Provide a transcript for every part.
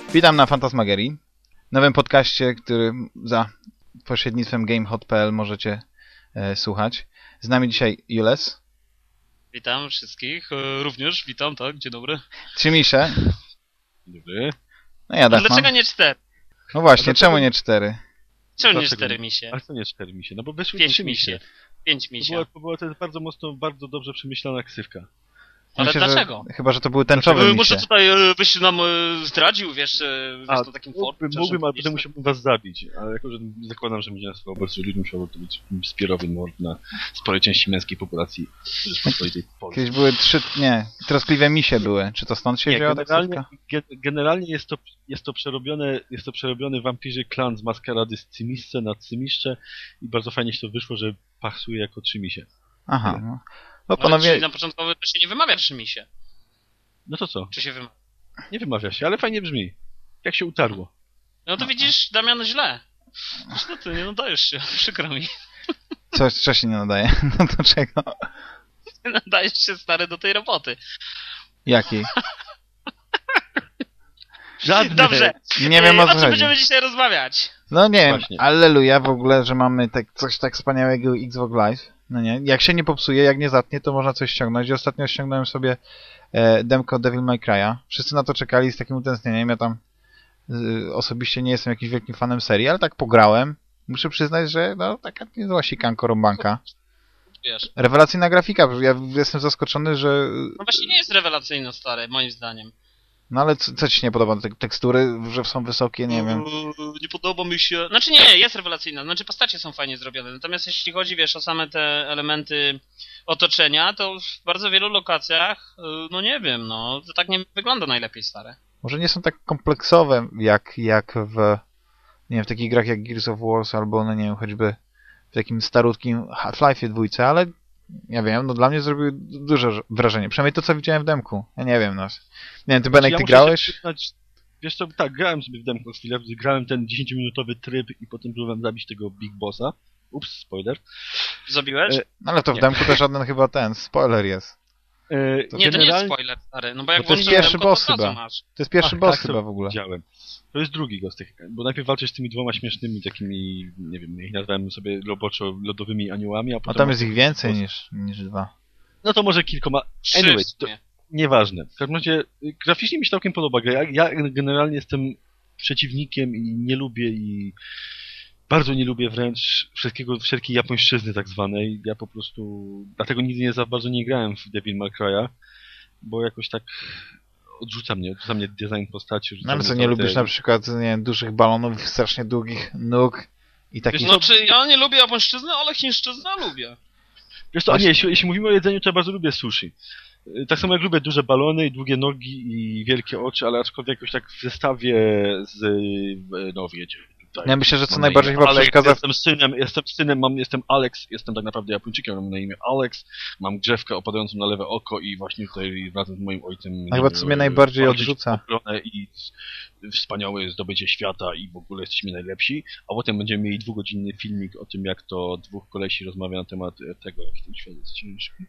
Witam na Fantasmagerii, nowym podcaście, który za pośrednictwem GameHot.pl możecie słuchać. Z nami dzisiaj Jules. Witam wszystkich, również witam, tak, dzień dobry. Trzymisze. Dobry. No ja Dachman. Dlaczego nie 4? No właśnie, czemu nie 4? Czemu nie 4 misie? A co nie 4 misie? No bo wyszły 5 3 misie. misie. 5 misia. To jest bardzo dobrze przemyślana ksywka. Ale Myślę, dlaczego? Chyba, że to były tęczowe misie. Może tutaj byś nam zdradził, wiesz, na takim forum. Mógłbym, ale potem musiałbym was zabić. Ale jako, że zakładam, że będzie nas obecnie ludzi, musiałby to być spierowy mord na sporej części męskiej populacji Rzeczypospolitej Polskiej. Kiedyś były 3, troskliwe misie były. Czy to stąd się wzięła ta ksywka? Generalnie jest to przerobiony wampirzy klan z maskarady z Cymisce na Cymiszcze i bardzo fajnie się to wyszło, że pasuje jako 3 misie. Aha, no. No Ale panowie... czyli na początkowo to się nie wymawia 3 misie. No to co? Czy się wymawia? Nie wymawia się, ale fajnie brzmi. Jak się utarło. No to widzisz, Damian, źle. No ty, nie nadajesz się, przykro mi. Co się nie nadaje? No do czego? Nie nadajesz się, stary, do tej roboty. Jakiej? Żadne. Dobrze. Nie wiem, o co czym chodzi. będziemy dzisiaj rozmawiać? No nie wiem, Właśnie. alleluja w ogóle, że mamy coś tak wspaniałego Xbox Live. No nie, jak się nie popsuje, jak nie zatnie, to można coś ściągnąć. I ostatnio ściągnąłem sobie demko Devil May Cry'a. Wszyscy na to czekali z takim utęsknieniem. Ja tam osobiście nie jestem jakimś wielkim fanem serii, ale tak pograłem. Muszę przyznać, że no taka niezła sikanko rąbanka. Wiesz. Rewelacyjna grafika. Ja jestem zaskoczony, że... No właśnie nie jest rewelacyjno, stary, moim zdaniem. No ale co ci nie podoba? Tekstury, że są wysokie, nie wiem. Nie podoba mi się... Znaczy nie, jest rewelacyjna. Znaczy postacie są fajnie zrobione. Natomiast jeśli chodzi, wiesz, o same te elementy otoczenia, to w bardzo wielu lokacjach, no nie wiem, no, to tak nie wygląda najlepiej, stare. Może nie są tak kompleksowe jak w, nie wiem, w takich grach jak Gears of War albo, no nie wiem, choćby w takim starutkim Half-Life'ie 2, ale ja wiem, no dla mnie zrobiły duże wrażenie. Przynajmniej to, co widziałem w demku. Ja nie wiem, no. Nie wiem, ty Benek, ty grałeś? Wiesz co, tak, grałem sobie w demku chwilę, grałem ten 10-minutowy tryb i potem próbowałem zabić tego Big Bossa. Ups, spoiler. Zabiłeś? No ale to w demku też żaden chyba spoiler jest. Nie, to nie jest spoiler, stary. No bo jak to jest włączysz pierwszy demko, boss to od razu chyba. masz. To jest pierwszy boss tak, chyba w ogóle. Widziałem. To jest drugi go z tych, bo najpierw walczysz z tymi dwoma śmiesznymi takimi, nie wiem, ich nazwałem sobie roboczo lodowymi aniołami, a No potem... tam jest ich więcej niż 2. No to może kilkoma... Anyway, to Wszystkie. nieważne. W każdym razie graficznie mi się całkiem podoba gra. Ja generalnie jestem przeciwnikiem i nie lubię i bardzo nie lubię wręcz wszelkiej japońszczyzny tak zwanej. Ja po prostu dlatego nigdy nie za bardzo nie grałem w Devil May Cry'a, bo jakoś tak odrzuca mnie design postaci. No ale co, nie lubisz na przykład, nie wiem, dużych balonów, strasznie długich nóg i takich... Wiesz, no czy ja nie lubię japońszczyzny, ale chińszczyznę lubię. Wiesz co, a nie, jeśli mówimy o jedzeniu, to ja bardzo lubię sushi. Tak samo jak lubię duże balony i długie nogi i wielkie oczy, ale aczkolwiek jakoś tak w zestawie z... no wiecie... Tutaj. Ja myślę, że co Mam najbardziej chyba Alex, przeszkadza... Jestem synem, jestem Alex, jestem tak naprawdę Japończykiem, mam na imię Alex, mam grzewkę opadającą na lewe oko i właśnie tutaj razem z moim ojcem... A chyba co mnie najbardziej odrzuca. I wspaniałe zdobycie świata i w ogóle jesteśmy najlepsi, a potem będziemy mieli 2-godzinny filmik o tym, jak to dwóch kolesi rozmawia na temat tego, jak ten świat jest ciężki.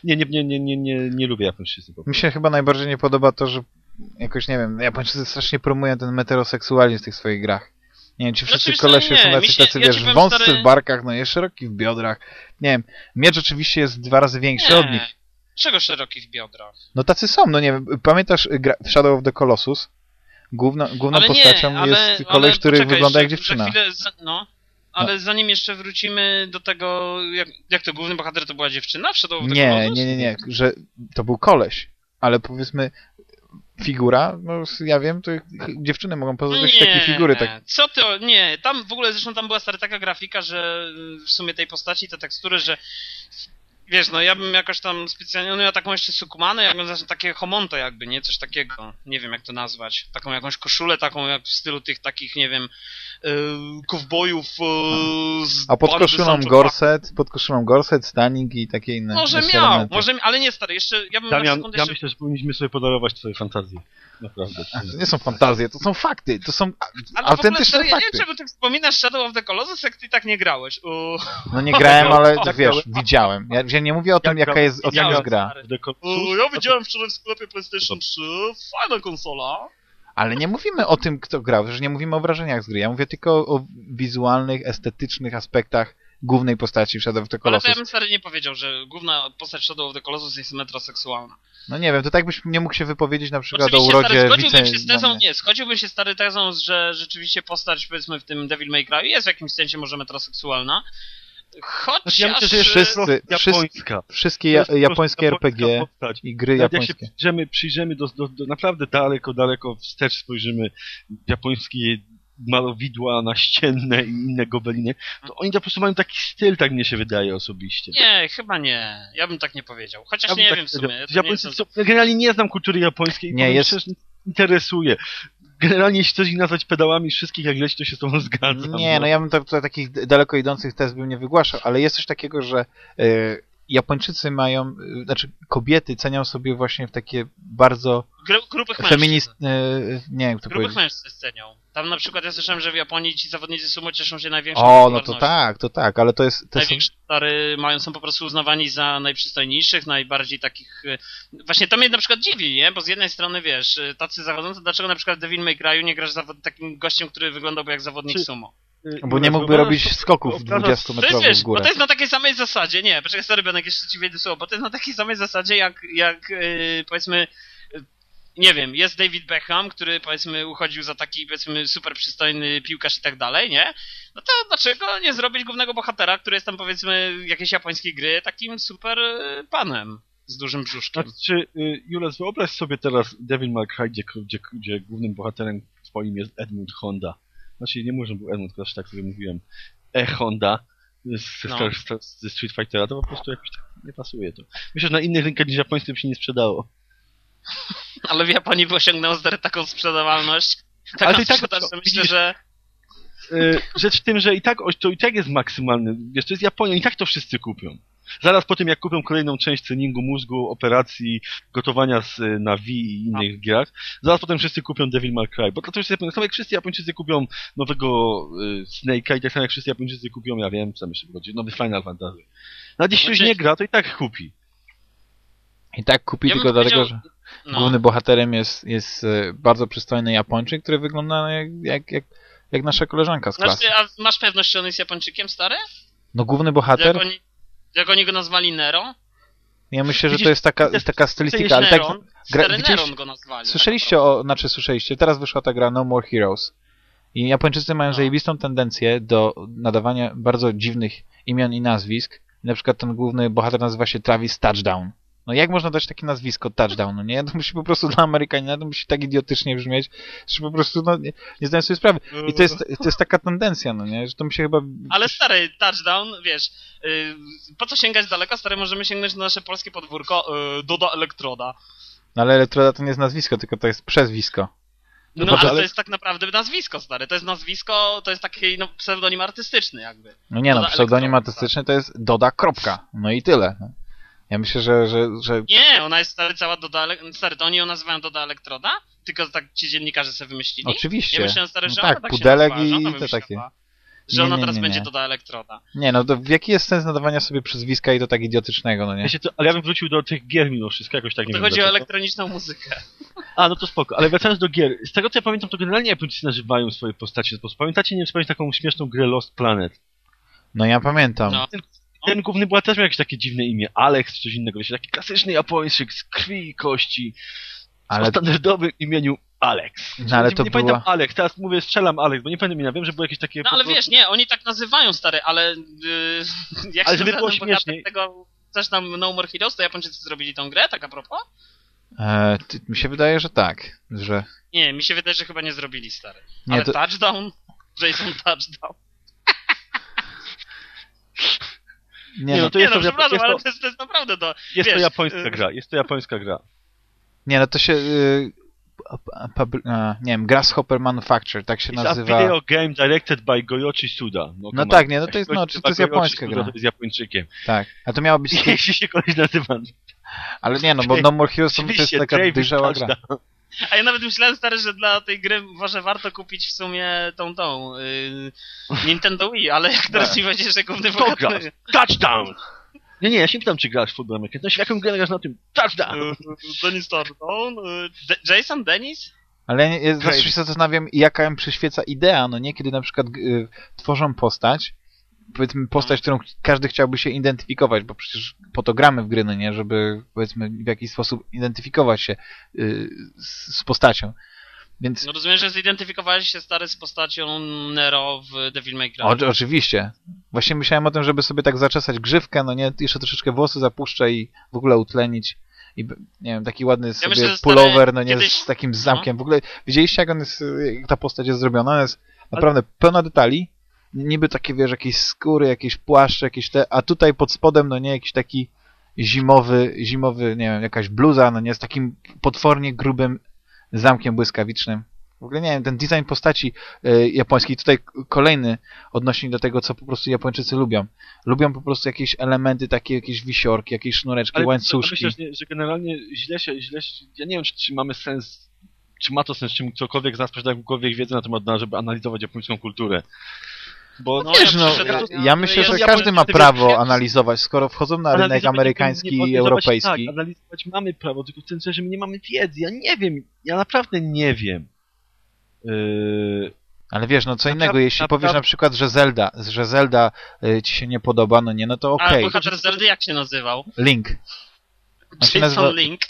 Nie lubię japońszczyzny. Mi się chyba najbardziej nie podoba to, że jakoś, nie wiem, Japończycy strasznie promują ten meteroseksualizm w tych swoich grach. Nie wiem, czy wszyscy kolesie są tacy, wiesz, wąscy w barkach, no jest szeroki w biodrach. Nie wiem, miecz oczywiście jest 2 razy większy od nich. Czego szeroki w biodrach? No tacy są, no nie wiem, pamiętasz w Shadow of the Colossus? Główną postacią jest koleś, który wygląda jak dziewczyna. Ale zanim jeszcze wrócimy do tego, jak to główny bohater to była dziewczyna w Shadow of the Colossus? Nie, że to był koleś, ale powiedzmy figura, no ja wiem, to dziewczyny mogą pozostawiać takie figury. Tak. Co to? Nie, tam w ogóle zresztą tam była taka grafika, że w sumie tej postaci, te tekstury, że wiesz, no ja bym jakoś tam specjalnie, no ja taką jeszcze sukumanę, takie homonto jakby, nie? Coś takiego, nie wiem jak to nazwać. Taką jakąś koszulę, taką jak w stylu tych takich, nie wiem, kowbojów z... A pod koszulą gorset, stanik i takie inne. Może ale nie stary, jeszcze, ja bym Damian, ja myślę, że powinniśmy sobie podarować twoje fantazje. Naprawdę. To nie są fantazje, to są fakty, to są autentyczne fakty. Ja nie wiem, czego ty wspominasz Shadow of the Colossus, jak ty tak nie grałeś. No nie grałem, ale wiesz, widziałem. Ja nie mówię o tym, jaka jest gra. Ja widziałem wczoraj w sklepie PlayStation 3, fajna konsola. Ale nie mówimy o tym, kto grał, że nie mówimy o wrażeniach z gry. Ja mówię tylko o wizualnych, estetycznych aspektach głównej postaci w Shadow of the Ale Colossus. to ja bym stary nie powiedział, że główna postać Shadow of the Colossus jest metroseksualna. No nie wiem, to tak byś nie mógł się wypowiedzieć na przykład o Oczywiście, urodzie stary, zgodziłbym się z no tezą, nie. zgodziłbym się stary tezą, że rzeczywiście postać, powiedzmy, w tym Devil May Cry jest w jakimś sensie może metroseksualna. Chociaż... Ja myślę, że jest Wszyscy- japońska. Wszystkie To jest japońskie japońska RPG postać. i gry Nawet japońskie. jak się przyjrzymy do naprawdę daleko wstecz spojrzymy japońskie malowidła naścienne i inne gobeliny, to oni to po prostu mają taki styl, tak mnie się wydaje osobiście. Nie, chyba nie. Ja bym tak nie powiedział. Chociaż Ja bym nie tak wiem w powiedział. sumie. To nie Japońscy jestem... generalnie nie znam kultury japońskiej i Nie, powiem jest- szczerze, nie interesuje. Generalnie jeśli chcesz ich nazwać pedałami wszystkich jak leci, to się z tobą zgadzam. Nie, no ja bym tutaj takich daleko idących tez bym nie wygłaszał, ale jest coś takiego, że Japończycy mają, znaczy kobiety cenią sobie właśnie w takie bardzo Grubych mężczyzn. nie wiem jak to Grubych powiedzieć. mężczyzn cenią. Tam na przykład ja słyszałem, że w Japonii ci zawodnicy sumo cieszą się największą O, no popularnością. to tak, ale to są... Największe stary są po prostu uznawani za najprzystojniejszych, najbardziej takich... Właśnie to mnie na przykład dziwi, nie? Bo z jednej strony, wiesz, tacy zachodzący, dlaczego na przykład w Devil May Cry'u nie grasz takim gościem, który wyglądałby jak zawodnik sumo? Bo nie mógłby robić skoków To jest, 20-metrowych wiesz, w bo górę. to jest na takiej samej zasadzie, nie, poczekaj stary, Benek, jeszcze ci wejdę słowo, bo to jest na takiej samej zasadzie jak powiedzmy, nie wiem, jest David Beckham, który powiedzmy uchodził za taki powiedzmy super przystojny piłkarz i tak dalej, nie? No to dlaczego nie zrobić głównego bohatera, który jest tam powiedzmy jakiejś japońskiej gry, takim super panem z dużym brzuszkiem? Znaczy, Jules, wyobraź sobie teraz Devil May Cry, gdzie głównym bohaterem twoim jest Edmund Honda. Znaczy, nie może był Edmund, tylko tak sobie mówiłem. Honda ze Street Fightera, to po prostu jakoś tak nie pasuje to. Myślę, że na innych rynkach niż japońskim by się nie sprzedało. Ale w Japonii by osiągnęło stary taką sprzedawalność, Ale taką to i tak- sprzedaż, że myślę, widzisz, że... Rzecz w tym, że to i tak jest maksymalny. Wiesz, to jest Japonia, i tak to wszyscy kupią. Zaraz po tym, jak kupią kolejną część treningu mózgu, operacji, gotowania na Wii i innych grach, zaraz potem wszyscy kupią Devil May Cry. Bo to już jest tak samo jak wszyscy Japończycy kupią nowego Snake'a i tak samo jak wszyscy Japończycy kupią, ja wiem, co tam jeszcze wychodzi, nowy Final Fantasy. Nawet jeśli ktoś nie gra, to i tak kupi. I tak kupi Ja bym tylko dlatego, powiedział- że głównym bohaterem jest bardzo przystojny Japończyk, który wygląda jak nasza koleżanka z klasy. Znaczy, a masz pewność, że on jest Japończykiem, stary? No główny bohater? Jak oni go nazwali Nero? Ja myślę, że Widzisz, to jest taka to stylistyka, ale tak... Neron, gra- Neron widzieliście- go nazwali. Słyszeliście, teraz wyszła ta gra No More Heroes. I Japończycy mają zajebistą tendencję do nadawania bardzo dziwnych imion i nazwisk. Na przykład ten główny bohater nazywa się Travis Touchdown. No jak można dać takie nazwisko Touchdown, no nie? To musi po prostu dla Amerykanina, to musi tak idiotycznie brzmieć, że po prostu no, nie zdaję sobie sprawy. I to jest taka tendencja, no nie? Że to mi się chyba... Ale stary, Touchdown, wiesz, po co sięgać daleko, stary, możemy sięgnąć na nasze polskie podwórko, Doda Elektroda. No ale Elektroda to nie jest nazwisko, tylko to jest przezwisko. No dobrze, ale ale- to jest tak naprawdę nazwisko, stary, to jest nazwisko, to jest taki no, pseudonim artystyczny jakby. No nie no, Doda pseudonim Elektroda, artystyczny to jest Doda. Kropka. No i tyle. No. Ja myślę, że Nie, ona jest stary cała stary, to oni ją nazywają Doda Elektroda? Tylko tak ci dziennikarze sobie wymyślili? oczywiście. Ja myślałem, stary, No że tak, ona tak pudelek się nazywa, że ona i te wymyśliła, takie. że ona Nie, teraz nie, będzie nie. Doda Elektroda. Nie no, to jaki jest sens nadawania sobie przezwiska i to tak idiotycznego, no nie? Wiecie co, ale ja bym wrócił do tych gier mimo wszystko, jakoś tak nie To wiem chodzi o dlaczego. elektroniczną muzykę. A, no to spoko, ale wracając do gier, z tego co ja pamiętam, to generalnie Japończycy nazywają swoje postacie w sposób. Pamiętacie, nie wiem, czy pamiętacie taką śmieszną grę Lost Planet? No ja pamiętam. No. Ten główny bohater też miał jakieś takie dziwne imię, Alex czy coś innego, wiecie, taki klasyczny Japończyk z krwi i kości, Ale- o standardowym imieniu Alex. No, ale to nie była... pamiętam Alex, teraz mówię strzelam Alex, bo nie pamiętam imienia, wiem, że było jakieś takie... No ale po prostu- wiesz, nie, oni tak nazywają, stary, ale jak Ale się żeby było nazywa ten bohater śmieszniej. tego, coś tam No More Heroes, to Japończycy zrobili tą grę, tak a propos? mi się wydaje, że tak, że... Nie, mi się wydaje, że chyba nie zrobili, stary. Nie, Ale to- Touchdown? Jason Touchdown. Nie, no no, to Nie jest no, to, przepraszam, jest ale to, to jest naprawdę to. jest to wiesz, japońska gra, jest to japońska gra. nie, no to się... nie wiem, Grasshopper Manufacture, tak się It's a nazywa... video game directed by Goyoshi Suda. No tak, nie, no to jest- no, Goyoshi to jest Suda japońska gra. To jest Japończykiem. Tak, a to miała być... Jeśli się koleś nazywa. Ale nie, no bo No More Heroes to jest Oczywiście, taka David dojrzała gra. Touchdown. A ja nawet myślałem, stary, że dla tej gry może warto kupić w sumie tą Nintendo Wii, ale jak teraz mi powiedziesz, że główny To grasz. bohater... Touchdown! Nie, ja się pytam, czy grasz w futbol amerykański. No, jaką grę grasz na tym? Touchdown! Dennis Touchdown? Jason Dennis? Ale ja zawsze się zastanawiam, jaka im przyświeca idea, no nie? Kiedy na przykład tworzą postać, powiedzmy postać, którą każdy chciałby się identyfikować, bo przecież po to gramy w gry, no nie? Żeby, powiedzmy, w jakiś sposób identyfikować się z postacią. Więc... No rozumiem, że zidentyfikowałeś się stary z postacią Nero w Devil May Cry. Oczywiście. Właśnie myślałem o tym, żeby sobie tak zaczesać grzywkę, no nie? Jeszcze troszeczkę włosy zapuszczę i w ogóle utlenić. I nie wiem, taki ładny sobie myślę, że pullover, no nie, kiedyś... z takim zamkiem. W ogóle widzieliście, jak on jest, jak ta postać jest zrobiona? Ona jest naprawdę pełna detali. Niby takie, wiesz, jakieś skóry, jakieś płaszcze, jakieś te, a tutaj pod spodem, no nie, jakiś taki zimowy, nie wiem, jakaś bluza, no nie, z takim potwornie grubym zamkiem błyskawicznym. W ogóle nie wiem, ten design postaci japońskiej, tutaj kolejny odnośnik do tego, co po prostu Japończycy lubią. Lubią po prostu jakieś elementy, takie jakieś wisiorki, jakieś sznureczki, łańcuszki. Myślę, że generalnie ja nie wiem, czy mamy sens, czy ma to sens, czy ktokolwiek z nas posiada jakąkolwiek wiedzę na temat, żeby analizować japońską kulturę. Bo no wiesz, ja myślę, że każdy ma prawo analizować, skoro wchodzą na rynek amerykański i europejski. Tak, analizować mamy prawo, tylko w tym sensie, że my nie mamy wiedzy. Ja nie wiem, ja naprawdę nie wiem. Ale wiesz, no co innego, jeśli powiesz na przykład, że Zelda ci się nie podoba, no nie, no to okej. A bohater Zeldy jak się nazywał? Link. Jason Link?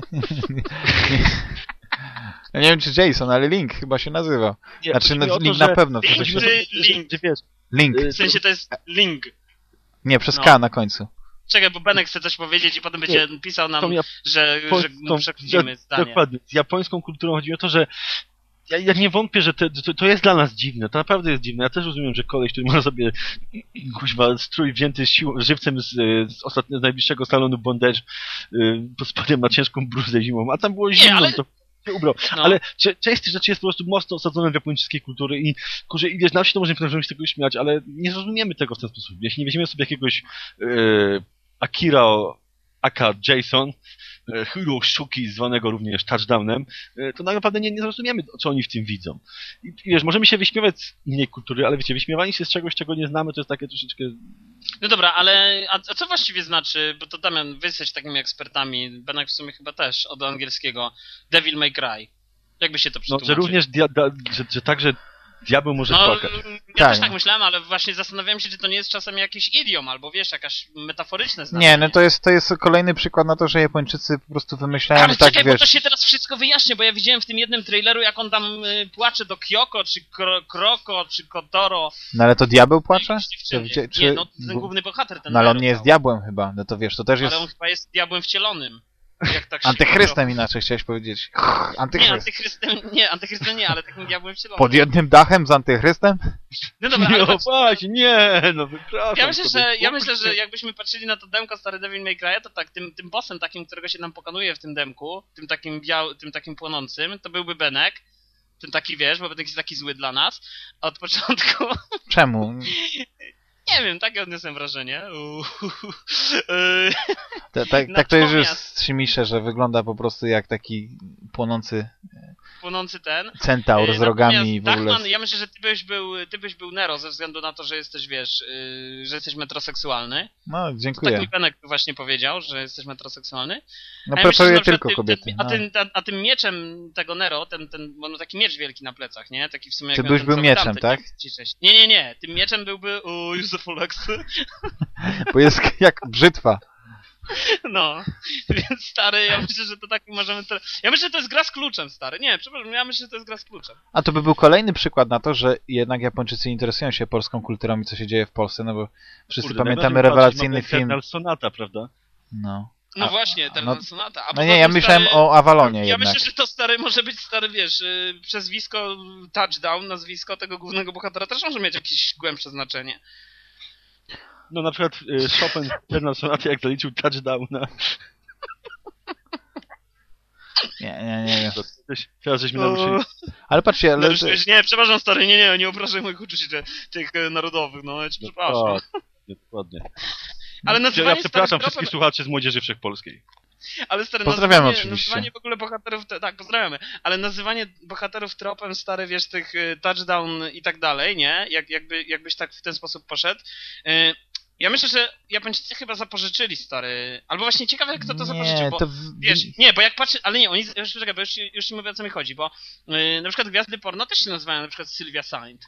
Ja nie wiem, czy Jason, ale Link chyba się nazywa. Nie, znaczy, Link na pewno. Link. Link. W sensie to jest Link. Nie, przez K na końcu. Czekaj, bo Benek chce coś powiedzieć i potem będzie pisał nam, że przechodzimy zdanie. Dokładnie. Z japońską kulturą chodzi o to, że ja nie wątpię, że to jest dla nas dziwne. To naprawdę jest dziwne. Ja też rozumiem, że koleś, który ma sobie kuźwa strój wzięty żywcem z najbliższego salonu bondage pod spodem na ciężką bluzę zimą, a tam było zimno, ale... to się ubrał. No. Ale część tych rzeczy jest po prostu mocno osadzone w japońskiej kultury i wiesz, nam się to możemy się tego śmiać, ale nie zrozumiemy tego w ten sposób. Jeśli nie weźmiemy sobie jakiegoś Akira aka Jason, Hiro Shuki, zwanego również touchdownem, to naprawdę nie zrozumiemy, co oni w tym widzą. I wiesz, możemy się wyśmiewać z innej kultury, ale wiecie, wyśmiewanie się z czegoś, czego nie znamy, to jest takie troszeczkę... No dobra, ale a co właściwie znaczy, bo to Damian, wy jesteś takimi ekspertami, Benek w sumie chyba też, od angielskiego, Devil May Cry. Jakby się to przetłumaczyło? No, że również, że także diabeł może płakać. Ja też tak myślałem, ale właśnie zastanawiałem się, czy to nie jest czasem jakiś idiom, albo wiesz, jakaś metaforyczne znaczenie. Nie, no to jest kolejny przykład na to, że Japończycy po prostu wymyślają ale tak, czekaj, wiesz... bo to się teraz wszystko wyjaśnia, bo ja widziałem w tym jednym traileru, jak on tam płacze do Kyoko, czy Kroko, czy Kotoro. No ale to diabeł płacze? Nie, no ten główny bohater, ten... No ale on nie jest diabłem chyba, no to wiesz, to też jest... Ale on chyba jest diabłem wcielonym. Jak tak Antychrystem inaczej chciałeś powiedzieć. Antychrystem nie, ale takim diabłem wcielonym. Pod jednym dachem z Antychrystem? No dobra, ale wypraszam. Ja myślę, że jakbyśmy patrzyli na to demko stary Devil May Cry, to tak, tym bossem takim, którego się nam pokonuje w tym demku, tym takim płonącym, to byłby Benek. Ten taki, wiesz, bo Benek jest taki zły dla nas. A od początku... Czemu? Nie wiem, takie odniosłem wrażenie. Tak to jest już strzymisze, że wygląda po prostu jak taki płonący centaur z rogami w ogóle. Dachman, ja myślę, że ty byś był Nero ze względu na to, że jesteś, wiesz, że jesteś metroseksualny. No, dziękuję. Tak mi Benek właśnie powiedział, że jesteś metroseksualny. No, preferuję tylko kobiety. A tym mieczem tego Nero, bo on ma taki miecz wielki na plecach, nie? Taki w sumie... Ty byś był mieczem, tak? Nie. Tym mieczem byłby Useful X. Bo jest jak brzytwa. No, więc stary, ja myślę, że to tak możemy... Ja myślę, że to jest gra z kluczem, stary. Nie, przepraszam, ja myślę, że to jest gra z kluczem. A to by był kolejny przykład na to, że jednak Japończycy interesują się polską kulturą i co się dzieje w Polsce, no bo wszyscy pamiętamy rewelacyjny film... Eternal Sonata, prawda? No właśnie, Eternal Sonata. No nie, ja myślałem o Avalonie jednak. Ja myślę, że to stary może być, wiesz, przezwisko Touchdown, nazwisko tego głównego bohatera też może mieć jakieś głębsze znaczenie. No na przykład Chopin Eternal Sonata jak zaliczył touchdowna. Nie. Teraz żeśmy naruszyli. Ale patrzcie, ale... Nie, przepraszam stary, nie obrażaj moich uczuć tych narodowych, no ja ci przepraszam. Dokładnie. Ale ja przepraszam wszystkich słuchaczy z Młodzieży Wszechpolskiej. Ale stary, pozdrawiamy oczywiście. Nazywanie w ogóle bohaterów, tak, pozdrawiamy, ale nazywanie bohaterów tropem, stary, wiesz, tych touchdown i tak dalej, nie? Jakbyś tak w ten sposób poszedł. Ja myślę, że Japończycy chyba zapożyczyli, stary. Albo właśnie ciekawe, kto to zapożyczył, bo wiesz, nie, bo jak patrzę, ale nie, oni, czekaj, bo już ci mówię, o co mi chodzi, bo na przykład gwiazdy porno też się nazywają na przykład Sylvia Saint.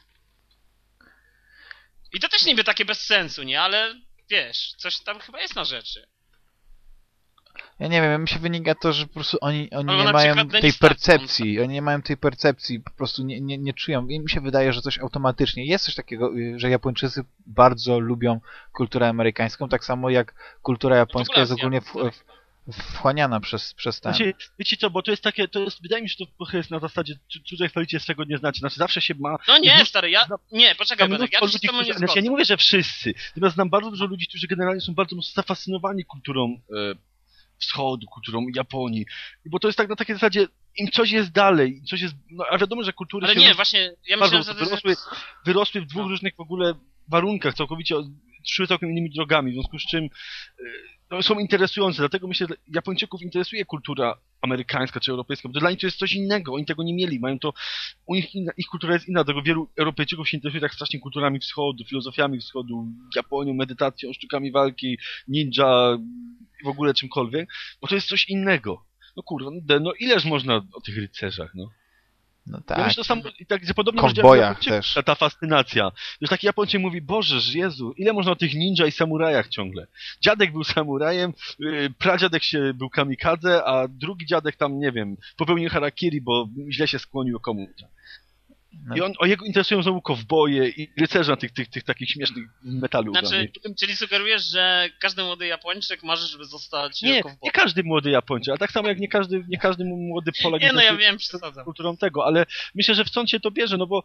I to też niby takie bez sensu, nie? Ale wiesz, coś tam chyba jest na rzeczy. Ja nie wiem, mi się wynika to, że po prostu oni Albo nie na mają przykład tej Dennis percepcji, oni nie mają tej percepcji, po prostu nie czują. I mi się wydaje, że coś automatycznie. Jest coś takiego, że Japończycy bardzo lubią kulturę amerykańską, tak samo jak kultura japońska jest ogólnie wchłaniana przez ten. Znaczy, wiecie co, bo to jest takie, wydaje mi się, że to trochę jest na zasadzie cudzej chwalicie swego nie znaczy. Znaczy zawsze się ma... No nie, stary, nie, poczekaj, Benek, ja ludzi, się z tobą nie znaczy, zgodzę. ja nie mówię, że wszyscy, natomiast znam bardzo dużo ludzi, którzy generalnie są bardzo mocno zafascynowani kulturą wschodu, kulturą Japonii. Bo to jest tak na takiej zasadzie, im coś jest dalej, coś jest... No, a wiadomo, że kultury ale się... nie, właśnie, ja myślę, że... Wyrosły w dwóch różnych w ogóle warunkach, całkowicie szły całkiem innymi drogami, w związku z czym no, są interesujące, dlatego myślę, że Japończyków interesuje kultura amerykańska czy europejska, bo dla nich to jest coś innego, oni tego nie mieli, mają to, u nich ich kultura jest inna, dlatego wielu Europejczyków się interesuje tak strasznie kulturami wschodu, filozofiami wschodu, Japonią, medytacją, sztukami walki, ninja, w ogóle czymkolwiek, bo to jest coś innego. No kurwa, no ileż można o tych rycerzach, no. No tak. Ja myślę, że że podobnie Kowbojach też. Ta fascynacja. Już taki Japończyk mówi, Boże, Jezu, ile można o tych ninja i samurajach ciągle. Dziadek był samurajem, pradziadek był kamikadze, a drugi dziadek tam, nie wiem, popełnił harakiri, bo źle się skłonił komuś. I jego interesują znowu kowboje i rycerze na tych takich śmiesznych metalu. Znaczy, czyli sugerujesz, że każdy młody Japończyk marzy, żeby zostać kowbojem? Nie każdy młody Japończyk, a tak samo jak nie każdy młody Polak nie, no ja wiem, przesadzam. Kulturą tego, ale myślę, że stąd się to bierze, no bo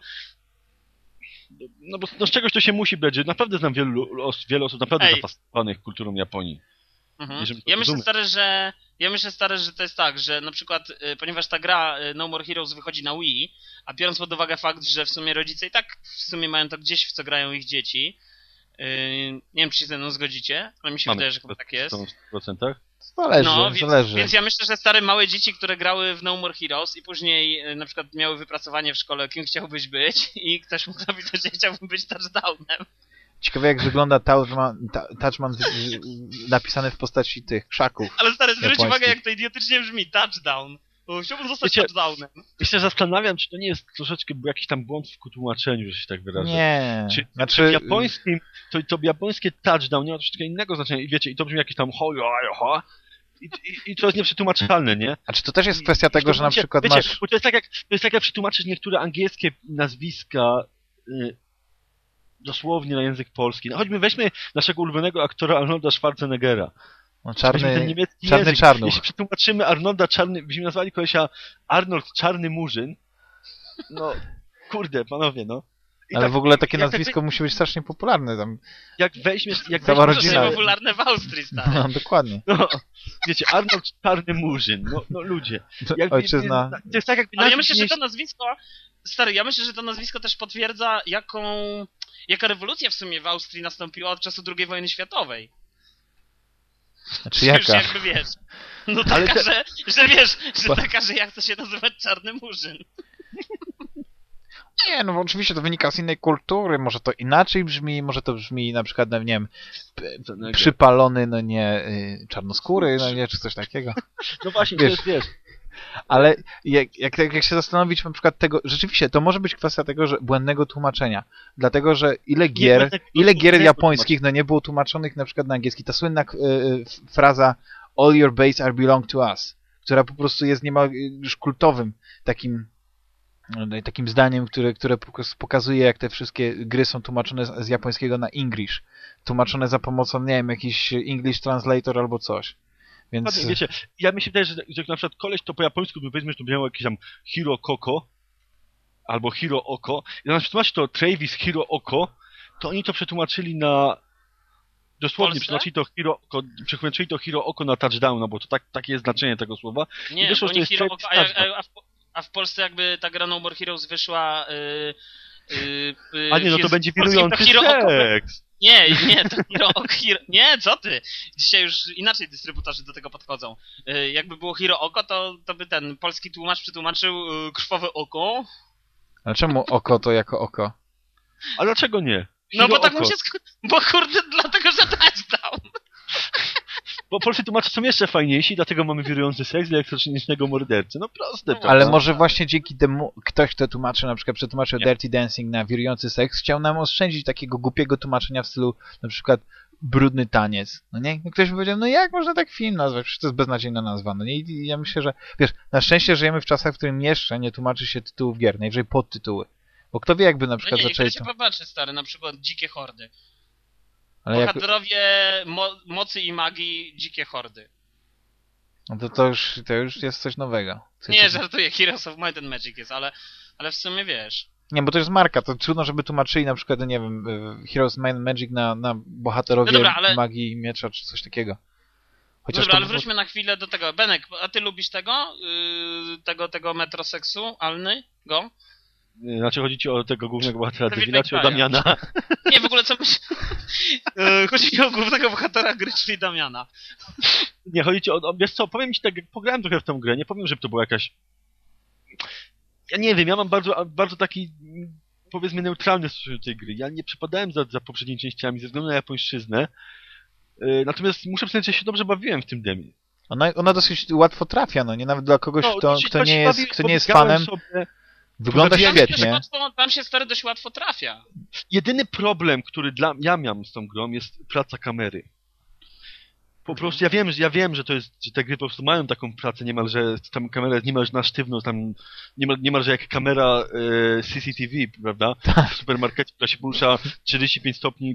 z czegoś to się musi brać, że naprawdę znam wiele osób naprawdę zafascynowanych kulturą Japonii. Mhm. Ja myślę, stary, że to jest tak, że na przykład, ponieważ ta gra No More Heroes wychodzi na Wii, a biorąc pod uwagę fakt, że w sumie rodzice i tak w sumie mają to gdzieś, w co grają ich dzieci, nie wiem, czy się ze mną zgodzicie, ale mi się wydaje, że chyba tak jest. W procentach? Zależy. Więc ja myślę, że stare małe dzieci, które grały w No More Heroes i później na przykład miały wypracowanie w szkole, kim chciałbyś być i ktoś mógł napisać, że chciałbym być touchdownem. Ciekawe jak wygląda touchman napisany w postaci tych krzaków. Ale stary, zwróć uwagę jak to idiotycznie brzmi, touchdown. Chciałbym zostać touchdownem. Ja się zastanawiam, czy to nie jest troszeczkę jakiś tam błąd w tłumaczeniu, że się tak wyrażę. Nie. Czy w japońskim, to japońskie touchdown nie ma troszeczkę innego znaczenia i wiecie, i to brzmi jakieś tam i to jest nieprzetłumaczalne, nie? A czy to też jest kwestia tego, że na przykład masz... Bo to jest tak jak przetłumaczyć niektóre angielskie nazwiska dosłownie na język polski. No choćby weźmy naszego ulubionego aktora Arnolda Schwarzeneggera. No, czarny czarnuch. Jeśli przetłumaczymy Arnolda czarny, byśmy nazwali kolesia Arnold Czarny Murzyn, no kurde, panowie, no. Ale tak, w ogóle takie nazwisko musi być strasznie popularne tam. Cała rodzina. To popularne w Austrii, stary. No, dokładnie. No, wiecie, Arnold Czarny Murzyn, no ludzie. Ojczyzna. To jest tak jakby ale ja myślę, że to nazwisko, stary, też potwierdza, jaka rewolucja w sumie w Austrii nastąpiła od czasu II wojny światowej. Znaczy jaka? Już jakby wiesz. No taka, że wiesz, że taka, że jak to się nazywać Czarny Murzyn. Nie, no oczywiście to wynika z innej kultury, może to inaczej brzmi, może to brzmi na przykład, no nie wiem, przypalony, no nie, czarnoskóry, no nie, czy coś takiego. No właśnie, wiesz. Ale jak się zastanowić na przykład tego, rzeczywiście to może być kwestia tego, że błędnego tłumaczenia, dlatego, że ile gier japońskich no nie było tłumaczonych na przykład na angielski, ta słynna fraza all your base are belong to us, która po prostu jest niemal już kultowym takim zdaniem, które pokazuje, jak te wszystkie gry są tłumaczone z japońskiego na English. Tłumaczone za pomocą, nie wiem, jakiś English translator albo coś. Więc... Wiecie, ja mi się wydaje, że na przykład koleś to po japońsku, powiedzmy, że to miało jakiś tam Hiro Koko albo Hiro Oko. I zamiast przetłumaczyć to Travis Hiro Oko, to oni to przetłumaczyli na... Dosłownie przetłumaczyli to Hiro Oko na touchdown, no bo to takie jest znaczenie tego słowa. Nie, wyszło, bo nie Hiro Oko, a w Polsce jakby ta gra No More Heroes wyszła... a nie, no to będzie wirujący seks. Nie, to nie, co ty? Dzisiaj już inaczej dystrybutorzy do tego podchodzą. Jakby było Hiro Oko, to by ten polski tłumacz przetłumaczył krwawe oko. A czemu oko to jako oko? A dlaczego nie? No bo tak mu się bo kurde, dlatego, że Bo polscy tłumacze są jeszcze fajniejsi, dlatego mamy wirujący seks dla elektronicznego mordercy. No proste. No, prawda? Ale może właśnie dzięki temu ktoś, kto tłumaczy, na przykład przetłumaczył Nie. Dirty Dancing na wirujący seks, chciał nam oszczędzić takiego głupiego tłumaczenia w stylu na przykład brudny taniec. No nie? No ktoś by powiedział, no jak można tak film nazwać? Przecież to jest beznadziejna nazwa. No nie? I ja myślę, że wiesz, na szczęście żyjemy w czasach, w którym jeszcze nie tłumaczy się tytułów gier, najwyżej podtytuły. Bo kto wie, jakby na No przykład nie, zaczęli niektóre się to... popatrzy, stary, na przykład Dzikie Hordy. Ale jak... Bohaterowie mocy i magii, Dzikie Hordy. No to już jest coś nowego. Nie, żartuję, Heroes of Might and Magic jest, ale w sumie wiesz. Nie, bo to jest marka, to trudno, żeby tłumaczyli na przykład, nie wiem, Heroes Might and Magic na bohaterowie No dobra, ale- magii i miecza, czy coś takiego. Dobra, to ale wróćmy na chwilę do tego. Benek, a ty lubisz tego? Tego metroseksualny? Go? Znaczy chodzi ci o tego głównego bohatera David Devila, czy o Mcrae. Damiana? Nie, w ogóle co myślisz? Chodzi mi o głównego bohatera gry, czyli Damiana. Nie, chodzi ci o... Wiesz co, powiem ci tak, jak pograłem trochę w tę grę, nie powiem, żeby to była jakaś... Ja nie wiem, ja mam bardzo taki, powiedzmy, neutralny stosunek do tej gry. Ja nie przepadałem za poprzednimi częściami ze względu na japońszczyznę. Natomiast muszę przyznać, że się dobrze bawiłem w tym demie. Ona dosyć łatwo trafia, no nie? Nawet dla kogoś, kto nie jest fanem, Sobie... wygląda Tam się świetnie. Tam się stary dość łatwo trafia. Jedyny problem, który ja miałem z tą grą, jest praca kamery. Po prostu ja wiem, że to jest, że te gry po prostu mają taką pracę niemalże, tam kamera jest niemalże na sztywno, tam niemalże jak kamera CCTV, prawda? W supermarkecie, która się porusza 45 stopni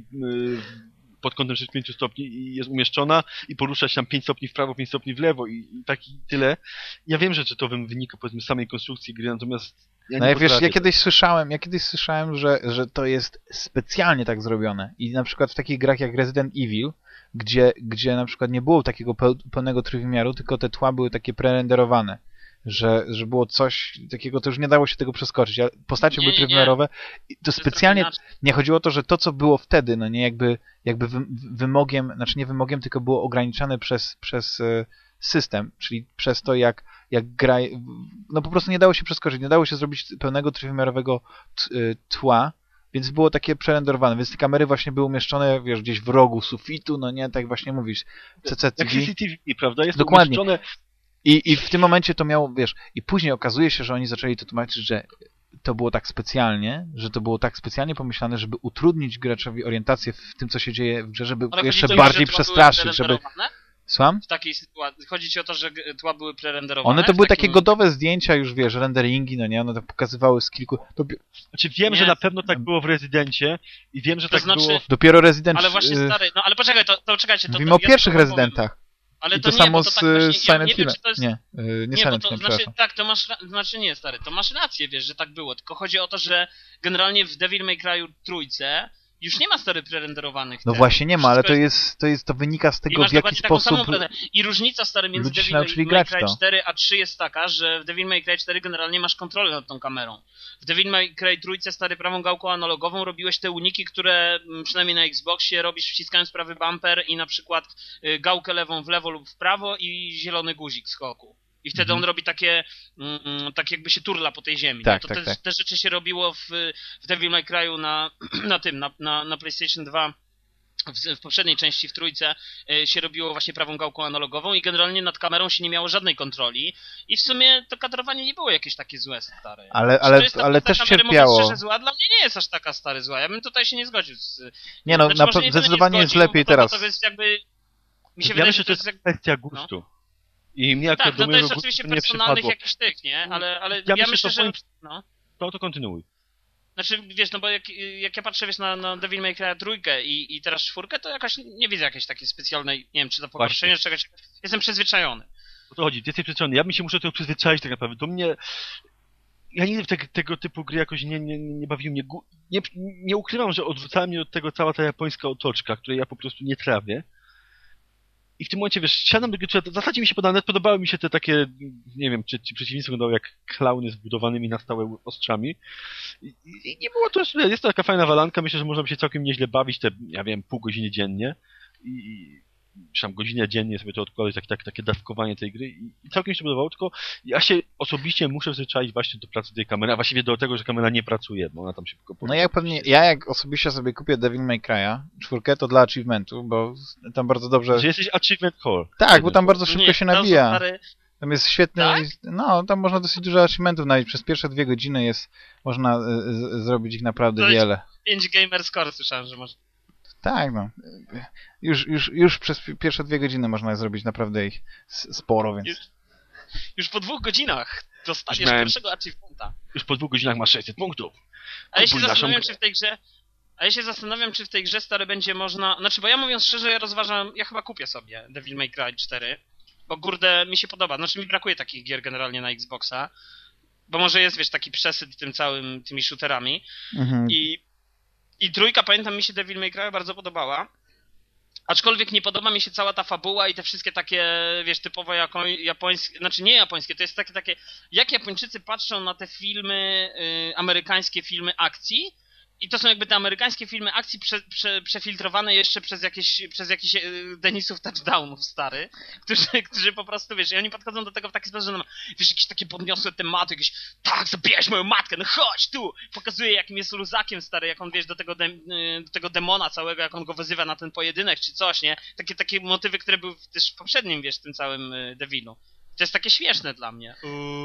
pod kątem 45 stopni i jest umieszczona i porusza się tam 5 stopni w prawo, 5 stopni w lewo i tak i tyle. Ja wiem, że to wynika powiedzmy z samej konstrukcji gry, natomiast No ja wiesz, ja kiedyś słyszałem, że to jest specjalnie tak zrobione. I na przykład w takich grach jak Resident Evil, gdzie na przykład nie było takiego pełnego trójwymiaru, tylko te tła były takie prerenderowane. Że było coś takiego, to już nie dało się tego przeskoczyć. Postacie były trójwymiarowe. I to specjalnie nie chodziło o to, że to, co było wtedy, no nie jakby wymogiem, znaczy nie wymogiem, tylko było ograniczane przez system, czyli przez to, jak gra... No po prostu nie dało się przeskoczyć, nie dało się zrobić pełnego trójwymiarowego tła, więc było takie prerenderowane, więc te kamery właśnie były umieszczone, wiesz, gdzieś w rogu sufitu, no nie, tak właśnie mówisz, jak CCTV, prawda? Jest dokładnie. umieszczone... I w tym momencie to miało, wiesz, i później okazuje się, że oni zaczęli to tłumaczyć, że to było tak specjalnie, pomyślane, żeby utrudnić graczowi orientację w tym, co się dzieje w grze, żeby jeszcze bardziej przestraszyć, żeby... Słucham? W takiej sytuacji. Chodzi ci o to, że tła były prerenderowane? One to były takie gotowe zdjęcia już, wiesz, renderingi, no nie? One to pokazywały z kilku... Znaczy wiem, że na pewno tak było w Rezydencie i wiem, że to tak było... Dopiero Resident... Ale właśnie stary, no ale poczekaj, to czekajcie... Mówimy o pierwszych Rezydentach. Ale i to nie, samo to z tak Silent Hillem. Jest... Nie Silent Hillem, znaczy, tak, to masz, znaczy nie, stary, to masz rację, wiesz, że tak było, tylko chodzi o to, że generalnie w Devil May Cry trójce już nie ma stary prerenderowanych. No właśnie nie ma, ale to wynika z tego, w jaki sposób... I różnica stary między Devil May Cry 4 a 3 jest taka, że w Devil May Cry 4 generalnie masz kontrolę nad tą kamerą. W Devil May Cry trójce stary prawą gałką analogową robiłeś te uniki, które przynajmniej na Xboxie robisz wciskając prawy bumper i na przykład gałkę lewą w lewo lub w prawo i zielony guzik skoku. I wtedy on robi takie, tak jakby się turla po tej ziemi. Tak, te rzeczy się robiło w Devil May Cry'u na PlayStation 2, w poprzedniej części w trójce się robiło właśnie prawą gałką analogową i generalnie nad kamerą się nie miało żadnej kontroli. I w sumie to kadrowanie nie było jakieś takie złe, stare. Ale też cierpiało. Szczerze, zła? Dla mnie nie jest aż taka stary zła. Ja bym tutaj się nie zgodził z... Nie no, zdecydowanie jest lepiej teraz. To jest jakby... Mi się ja wydaje, myślę, że to jest kwestia gustu. No. I mnie tak, no to jest oczywiście personalnych jakichś tych, nie? Ale ja myślę, że... To kontynuuj. Znaczy, wiesz, no bo jak ja patrzę, wiesz, na Devil May Cry trójkę i teraz czwórkę, to jakoś nie widzę jakiejś takiej specjalnej, nie wiem, czy to pogorszenie, czy czegoś. Jestem przyzwyczajony. O to chodzi, ty jesteś przyzwyczajony. Ja bym się muszę tego przyzwyczaić tak naprawdę. To mnie... Ja nigdy w tego typu gry jakoś nie bawiły mnie. Nie ukrywam, że odrzucała mnie od tego cała ta japońska otoczka, której ja po prostu nie trawię. I w tym momencie, wiesz, siadam do gry, w zasadzie mi się podobały mi się te takie, nie wiem, czy ci przeciwnicy wyglądały jak klauny zbudowanymi na stałe ostrzami. I nie było to, jest to taka fajna walanka, myślę, że można by się całkiem nieźle bawić te, ja wiem, pół godziny dziennie. czy tam godzinę dziennie sobie to odkładać, takie dawkowanie tej gry i całkiem mi się podobało, tylko ja się osobiście muszę zwyczaić właśnie do pracy tej kamery, a właściwie do tego, że kamera nie pracuje, bo ona tam się tylko... No jak osobiście sobie kupię Devil May Cry'a 4, to dla achievementu, bo tam bardzo dobrze... Że jesteś achievement core. Tak, bo tam bardzo szybko się nabija. Stary... Tam jest świetny... Tak? No, tam można dosyć dużo achievementów nawet. Przez pierwsze 2 godziny można zrobić ich naprawdę To jest wiele. 5 gamer score słyszałem, że można. Tak, no. Już przez pierwsze 2 godziny można zrobić naprawdę ich sporo, więc... Już po 2 godzinach dostaniesz miałem- pierwszego achievementa. Już po 2 godzinach masz 600 punktów. A ja się Kupuj naszą zastanawiam, grę. czy w tej grze... A ja się zastanawiam, czy w tej grze, stary, będzie można... Znaczy, bo ja mówiąc szczerze, ja rozważam... Ja chyba kupię sobie Devil May Cry 4. Bo kurde, mi się podoba. Znaczy, mi brakuje takich gier generalnie na Xboxa. Bo może jest, wiesz, taki przesyt tymi shooterami. Mhm. I trójka, pamiętam, mi się Devil May Cry bardzo podobała. Aczkolwiek nie podoba mi się cała ta fabuła i te wszystkie takie, wiesz, typowo japońskie, znaczy nie japońskie, to jest takie, jak Japończycy patrzą na te filmy, amerykańskie filmy akcji, i to są jakby te amerykańskie filmy akcji przefiltrowane jeszcze przez jakiś Denisów touchdownów, stary, którzy po prostu, wiesz, i oni podchodzą do tego w taki sposób, że no, wiesz, jakieś takie podniosłe tematy, jakieś, tak, zabijałeś moją matkę, no chodź tu! Pokazuje, jakim jest luzakiem, stary, jak on, wiesz, do tego demona całego, jak on go wyzywa na ten pojedynek, czy coś, nie? Takie motywy, które były też w poprzednim, wiesz, tym całym Devilu. To jest takie śmieszne dla mnie.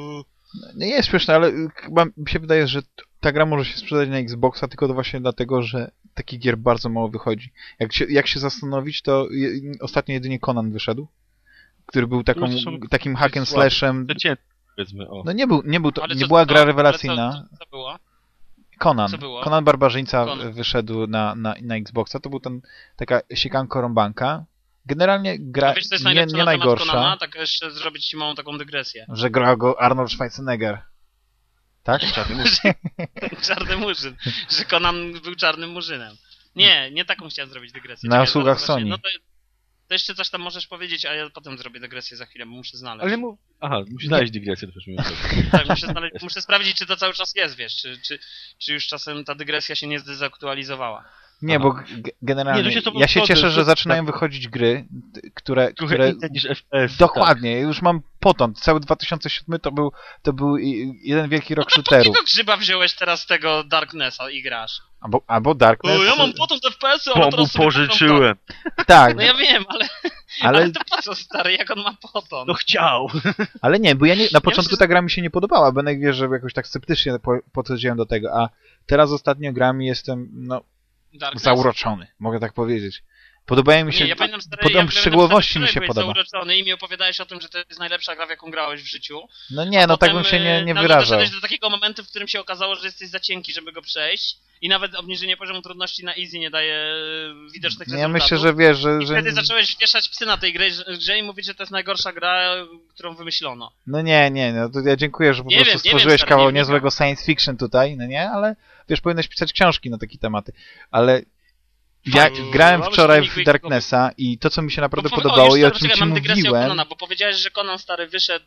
Nie jest śmieszne, ale chyba mi się wydaje, że ta gra może się sprzedać na Xboxa tylko właśnie dlatego, że takich gier bardzo mało wychodzi. Jak się zastanowić, to ostatnio jedynie Conan wyszedł, który był takim hack and slashem. Powiedzmy, o. No nie Co była to? gra Ale rewelacyjna. Co było? Conan. Co było? Conan Barbarzyńca Conan. wyszedł na Xboxa. To był taka siekanko-rąbanka. Generalnie gra A wiesz, co jest nie najlepsze na temat najgorsza, Conana? Tak jeszcze zrobić ci małą taką dygresję. że gra go Arnold Schwarzenegger. Tak? Czarny murzyn. Że Conan był czarnym murzynem. Nie taką chciałem zrobić dygresję. Na Czekaj, usługach zaraz właśnie- Sony. No to jeszcze coś tam możesz powiedzieć, a ja potem zrobię dygresję za chwilę, bo muszę znaleźć. Ale Aha, musisz znaleźć dygresję, to też mi Tak, muszę sprawdzić, czy to cały czas jest, wiesz, czy już czasem ta dygresja się nie zdezaktualizowała. Nie, Aha. bo generalnie Nie, to się to ja się zgodzę, cieszę, że że- zaczynają wychodzić gry, które Trochę inne niż FPS. dokładnie, już mam potąd. Cały 2007 to był jeden wielki rok No to shooterów. jakiego grzyba wziąłeś teraz tego Darknessa i grasz? Albo Darkness. Ja mam potąd FPS-y, ale Bo mu teraz sobie pożyczyłem. Tak, No ja wiem, ale, ale to po co, stary, jak on ma potąd? No chciał. ale nie, bo na początku myślę, ta gra mi się nie podobała. Benek wie, że jakoś tak sceptycznie podchodziłem do tego, a teraz ostatnio grami jestem, Darkness? zauroczony, mogę tak powiedzieć. Podobają mi się, Nie, ja pamiętam, stary, podoba jak szczegółowości mi byłeś się podoba. zauroczony i mi opowiadałeś o tym, że to jest najlepsza gra, w jaką grałeś w życiu. No nie, no tak Potem, bym się nie nawet wyrażał. doszedłeś do takiego momentu, w którym się okazało, że jesteś za cienki, żeby go przejść i nawet obniżenie poziomu trudności na easy nie daje widocznych Ja rezultatów. myślę, że wiesz, I że... wtedy zacząłeś wieszać psy na tej grze i mówić, że to jest najgorsza gra, którą wymyślono. No nie, no to ja dziękuję, że po Nie prostu wiem, stworzyłeś stary, kawał nie niezłego science fiction tutaj, no nie, ale wiesz, powinieneś pisać książki na takie tematy, ale ja grałem Mamy wczoraj silnik w Darknessa i to, co mi się naprawdę podobało już, i o stary, czym czekaj, ci mam dygresję o mówiłem... Conana, bo powiedziałeś, że Conan, stary, wyszedł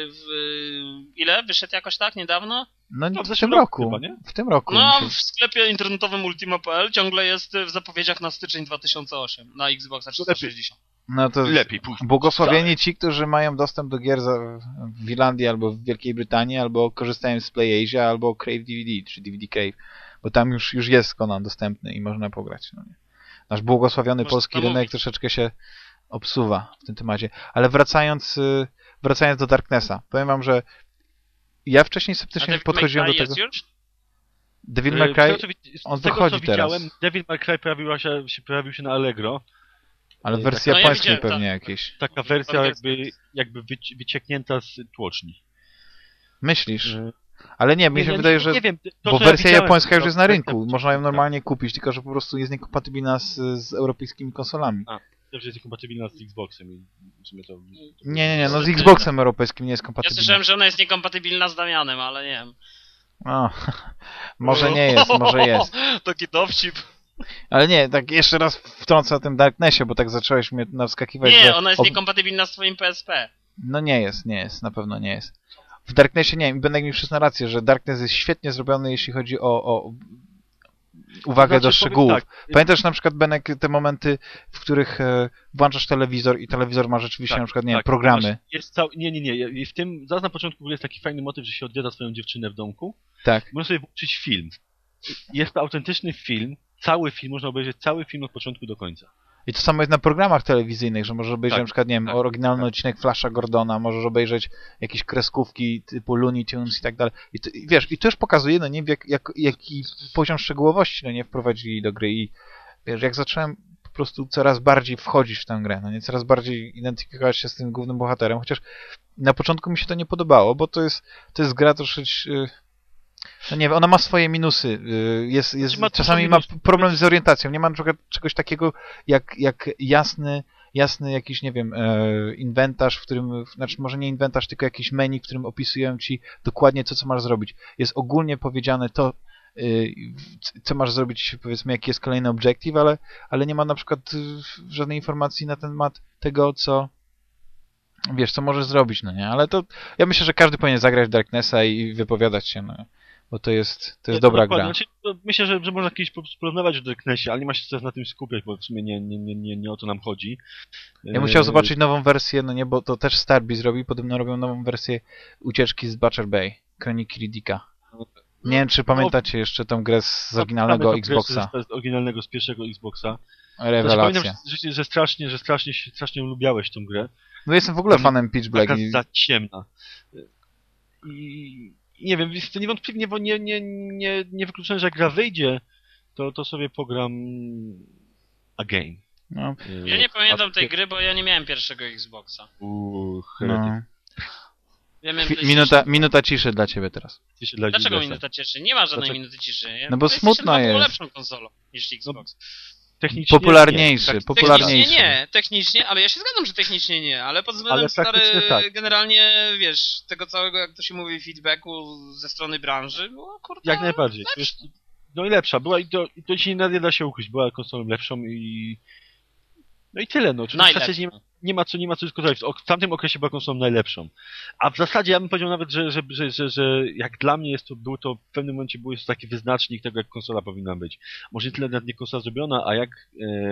ile? Wyszedł jakoś tak niedawno? No No, w w tym zeszłym roku, roku chyba, nie? w tym roku. No, mi się- w sklepie internetowym Ultima.pl ciągle jest w zapowiedziach na styczeń 2008 na Xboxa 360. No to Lepiej pójść. błogosławieni ci, którzy mają dostęp do gier w Irlandii albo w Wielkiej Brytanii, albo korzystają z PlayAsia, albo Crave DVD, czy DVD Crave, bo tam już jest Conan dostępny i można pograć. No nie. Nasz błogosławiony Można polski zamówić. rynek troszeczkę się obsuwa w tym temacie. Ale wracając do Darknessa, powiem wam, że ja wcześniej A sceptycznie Devil May podchodziłem do Cry tego. jest już? Devil May Cry, on z tego, wychodzi co teraz. widziałem, Devil May Cry pojawił się na Allegro. ale w wersji No ja japońskiej widziałem, pewnie tak. jakieś. Taka wersja Bardzo jakby wycieknięta z tłoczni. Myślisz? Ale nie, mi się wydaje, że... Nie wiem, to, Bo co ja wersja widziałem, japońska już to jest na wersja- rynku, można ją normalnie kupić, tylko że po prostu jest niekompatybilna z europejskimi konsolami. Też jest kompatybilna z Xboxem i w sumie to... Nie, no z Xboxem europejskim nie jest Ja kompatybilna. słyszałem, że ona jest niekompatybilna z Damianem, ale nie wiem. O, może nie jest, może jest. Taki dowcip. Ale nie, tak jeszcze raz wtrącę o tym Darknessie, bo tak zacząłeś mnie nawskakiwać, Nie, że... ona jest niekompatybilna z twoim PSP. No nie jest, na pewno nie jest. W Darknessie nie, Benek mi przyzna rację, że Darkness jest świetnie zrobiony, jeśli chodzi o uwagę znaczy, do szczegółów. powiem tak, Pamiętasz na przykład, Benek, te momenty, w których włączasz telewizor i telewizor ma rzeczywiście na przykład, nie wiem, programy. Nie. W tym, zaraz na początku jest taki fajny motyw, że się odwiedza swoją dziewczynę w domku. Tak. Można sobie włączyć film. Jest to autentyczny film, cały film, można obejrzeć cały film od początku do końca. I to samo jest na programach telewizyjnych, że możesz obejrzeć Tak, na przykład, nie wiem, tak, oryginalny tak. odcinek Flasha Gordona, możesz obejrzeć jakieś kreskówki typu Looney Tunes i tak dalej. I wiesz, i to już pokazuje, no nie, jaki poziom szczegółowości, no nie, wprowadzili do gry i wiesz, jak zacząłem po prostu coraz bardziej wchodzić w tę grę, no nie, coraz bardziej identyfikować się z tym głównym bohaterem, chociaż na początku mi się to nie podobało, bo to jest gra troszeczkę... No nie wiem, ona ma swoje minusy. Czasami ma problem z orientacją. Nie ma na przykład czegoś takiego jak jasny jakiś, nie wiem, inwentarz, w którym, znaczy może nie inwentarz, tylko jakiś menu, w którym opisują ci dokładnie to, co masz zrobić. Jest ogólnie powiedziane to, co masz zrobić, powiedzmy, jaki jest kolejny objective, ale nie ma na przykład żadnej informacji na temat tego, co wiesz, co możesz zrobić, no nie? Ale to ja myślę, że każdy powinien zagrać w Darknessa i wypowiadać się, no. Bo to jest dobra gra. Znaczy, myślę, że można jakieś porozmawiać w Darknessie, ale nie ma się teraz na tym skupiać, bo w sumie nie o to nam chodzi. Ja bym chciał zobaczyć nową wersję, no nie, bo to też Starbreeze zrobi, podobno robią nową wersję ucieczki z Butcher Bay, Kroniki Riddicka. Nie wiem, czy pamiętacie jeszcze tą grę z oryginalnego Xboxa. Z oryginalnego, z pierwszego Xboxa. Rewelacja. Znaczy, że strasznie lubiałeś tą grę. No jestem w ogóle fanem Pitch Black. Taka za ciemna. I nie wiem, jest to niewątpliwie nie wykluczone, że jak gra wyjdzie, to sobie pogram again. No. Ja nie pamiętam tej gry, bo ja nie miałem pierwszego Xboxa. No. Ja miałem Minuta ciszy dla ciebie teraz. Dlaczego minuta ciszy? Nie ma żadnej minuty ciszy. No bo smutno jest. Było lepszą konsolą niż Xbox. Technicznie popularniejszy. Technicznie nie, technicznie, ale ja się zgadzam, że technicznie nie, ale pod względem tak. generalnie, wiesz, tego całego, jak to się mówi, feedbacku ze strony branży, było kurde. Jak najbardziej. Wiesz, no i lepsza. Była i to się nie da się ukryć. Była konsolą lepszą i... No i tyle, no. Czyli w zasadzie nie ma co dyskutować. W tamtym okresie była konsolą najlepszą. A w zasadzie ja bym powiedział nawet, że jak dla mnie był to w pewnym momencie był to taki wyznacznik tego, jak konsola powinna być. Może nie tyle nawet nie konsola zrobiona, a jak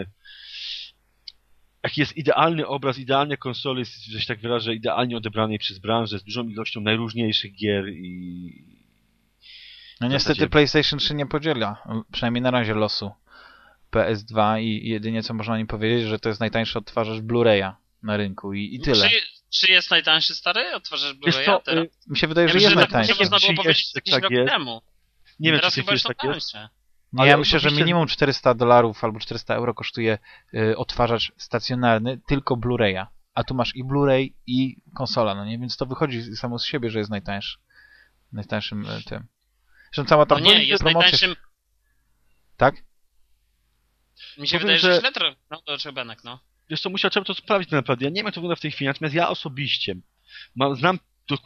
jest idealny obraz, idealnie konsoli, że się tak wyrażę, idealnie odebranej przez branżę, z dużą ilością najróżniejszych gier i... No niestety PlayStation 3 nie podziela, przynajmniej na razie, losu PS2 i jedynie co można im powiedzieć, że to jest najtańszy odtwarzacz Blu-raya na rynku i tyle. Czy jest najtańszy, stary? Odtwarzacz Blu-raya teraz? Mi się wydaje, że jest najtańszy. To można było powiedzieć jakiś rok temu. Nie wiem, teraz czy chyba jest tak jest. Nie, ja myślę, że minimum $400 albo 400 euro kosztuje odtwarzacz stacjonarny, tylko Blu-raya. A tu masz i Blu-ray, i konsola, no nie? Więc to wychodzi samo z siebie, że jest najtańszym tym. Zresztą cała ta jest promocja... najtańszym... Tak? Mi się wydaje, że źle no to Benek, no. Wiesz co, trzeba to sprawdzić naprawdę. Ja nie wiem, jak to wygląda w tej chwili, natomiast ja osobiście znam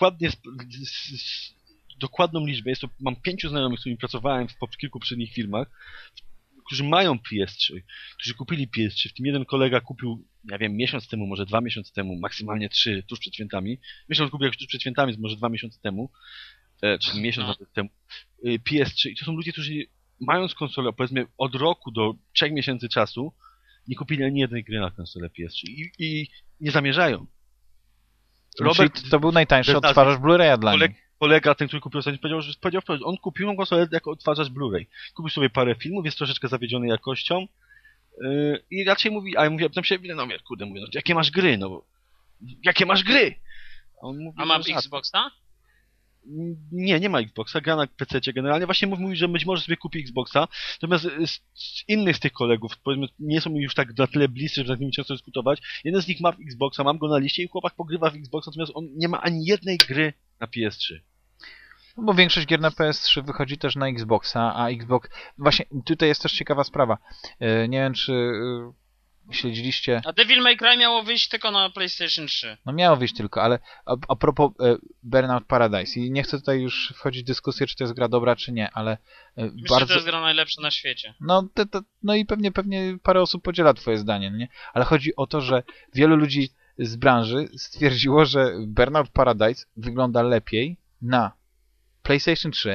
dokładną liczbę. Mam 5 znajomych, z którymi pracowałem w kilku poprzednich firmach, którzy mają PS3, którzy kupili PS3, w tym jeden kolega kupił, ja wiem, miesiąc temu, może 2 miesiące temu, maksymalnie 3, tuż przed świętami. Miesiąc kupił jak tuż przed świętami, może 2 miesiące temu, czy miesiąc nawet temu, PS3. I to są ludzie, którzy mając konsolę, powiedzmy, od roku do 3 miesięcy czasu, nie kupili ani jednej gry na konsolę PS3 i nie zamierzają. Robert, to był najtańszy odtwarzacz Blu-raya dla nich. Kolega, ten, który kupił ostatnio, powiedział wprost, on kupił konsolę jako odtwarzacz Blu-ray. Kupił sobie parę filmów, jest troszeczkę zawiedziony jakością i raczej mówi, a ja mówię, pytam się, no kurde, mówię, no jakie masz gry, no bo jakie masz gry? A mam Xboxa? Nie ma Xboxa, gra na PC-cie generalnie. Właśnie mówi, że być może sobie kupi Xboxa. Natomiast z innych z tych kolegów, powiedzmy, nie są mi już tak na tyle bliscy, żeby z nimi często dyskutować. Jeden z nich ma Xboxa, mam go na liście i chłopak pogrywa w Xboxa, natomiast on nie ma ani jednej gry na PS3. No bo większość gier na PS3 wychodzi też na Xboxa, a Xbox... Właśnie, tutaj jest też ciekawa sprawa. Nie wiem, czy śledziliście... A Devil May Cry miało wyjść tylko na PlayStation 3. No miało wyjść tylko, ale a propos Burnout Paradise i nie chcę tutaj już wchodzić w dyskusję, czy to jest gra dobra, czy nie, ale Myślę, że to jest gra najlepsza na świecie. No i pewnie parę osób podziela twoje zdanie, no nie? Ale chodzi o to, że wielu ludzi z branży stwierdziło, że Burnout Paradise wygląda lepiej na PlayStation 3,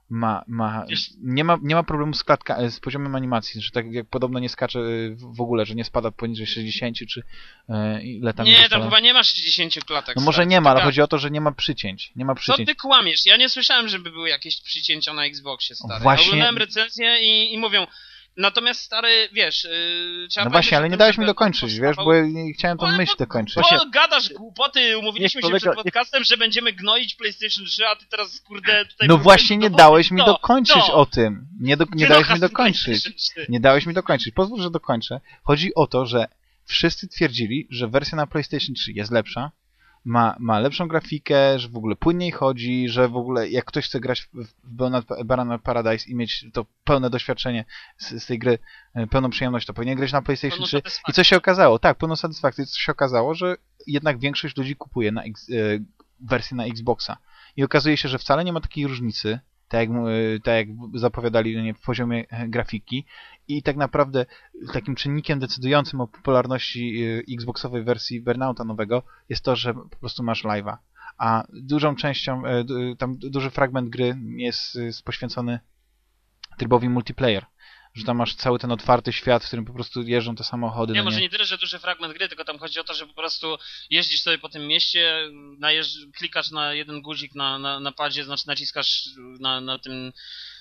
nie ma problemu z poziomem animacji, że tak jak podobno nie skacze w ogóle, że nie spada poniżej 60 czy ile tam Nie, tam chyba nie ma 60 klatek. No może nie ma, ale chodzi o to, że nie ma przycięć. Nie ma Co przycięć. ty kłamiesz? Ja nie słyszałem, żeby były jakieś przycięcia na Xboxie, stary. Właśnie. Oglądałem recenzję i mówią... Natomiast, stary, wiesz... trzeba No właśnie, ale nie dałeś mi żeby dokończyć, wiesz, bo chciałem tą myśl dokończyć. Bo gadasz głupoty, umówiliśmy się przed kolega- podcastem, że będziemy gnoić PlayStation 3, a ty teraz, kurde, tutaj... No mówisz, właśnie nie no, dałeś mi no, dokończyć no. o tym. Nie dałeś Wynocha mi z dokończyć. PlayStation 3. Nie dałeś mi dokończyć. Pozwól, że dokończę. Chodzi o to, że wszyscy twierdzili, że wersja na PlayStation 3 jest lepsza, ma lepszą grafikę, że w ogóle płynniej chodzi, że w ogóle jak ktoś chce grać w Burnout Paradise i mieć to pełne doświadczenie z tej gry, pełną przyjemność, to powinien grać na PlayStation Pełną 3. I satysfakcję. co się okazało? Tak, pełną satysfakcję. Co się okazało, że jednak większość ludzi kupuje wersję na Xboxa. I okazuje się, że wcale nie ma takiej różnicy, tak jak zapowiadali, nie, w poziomie grafiki. I tak naprawdę takim czynnikiem decydującym o popularności Xboxowej wersji Burnouta nowego jest to, że po prostu masz live'a. A dużą częścią, tam duży fragment gry jest poświęcony trybowi multiplayer. Że tam masz cały ten otwarty świat, w którym po prostu jeżdżą te samochody. Nie, no może nie tyle, że duży fragment gry, tylko tam chodzi o to, że po prostu jeździsz sobie po tym mieście, klikasz na jeden guzik na padzie, znaczy naciskasz na tym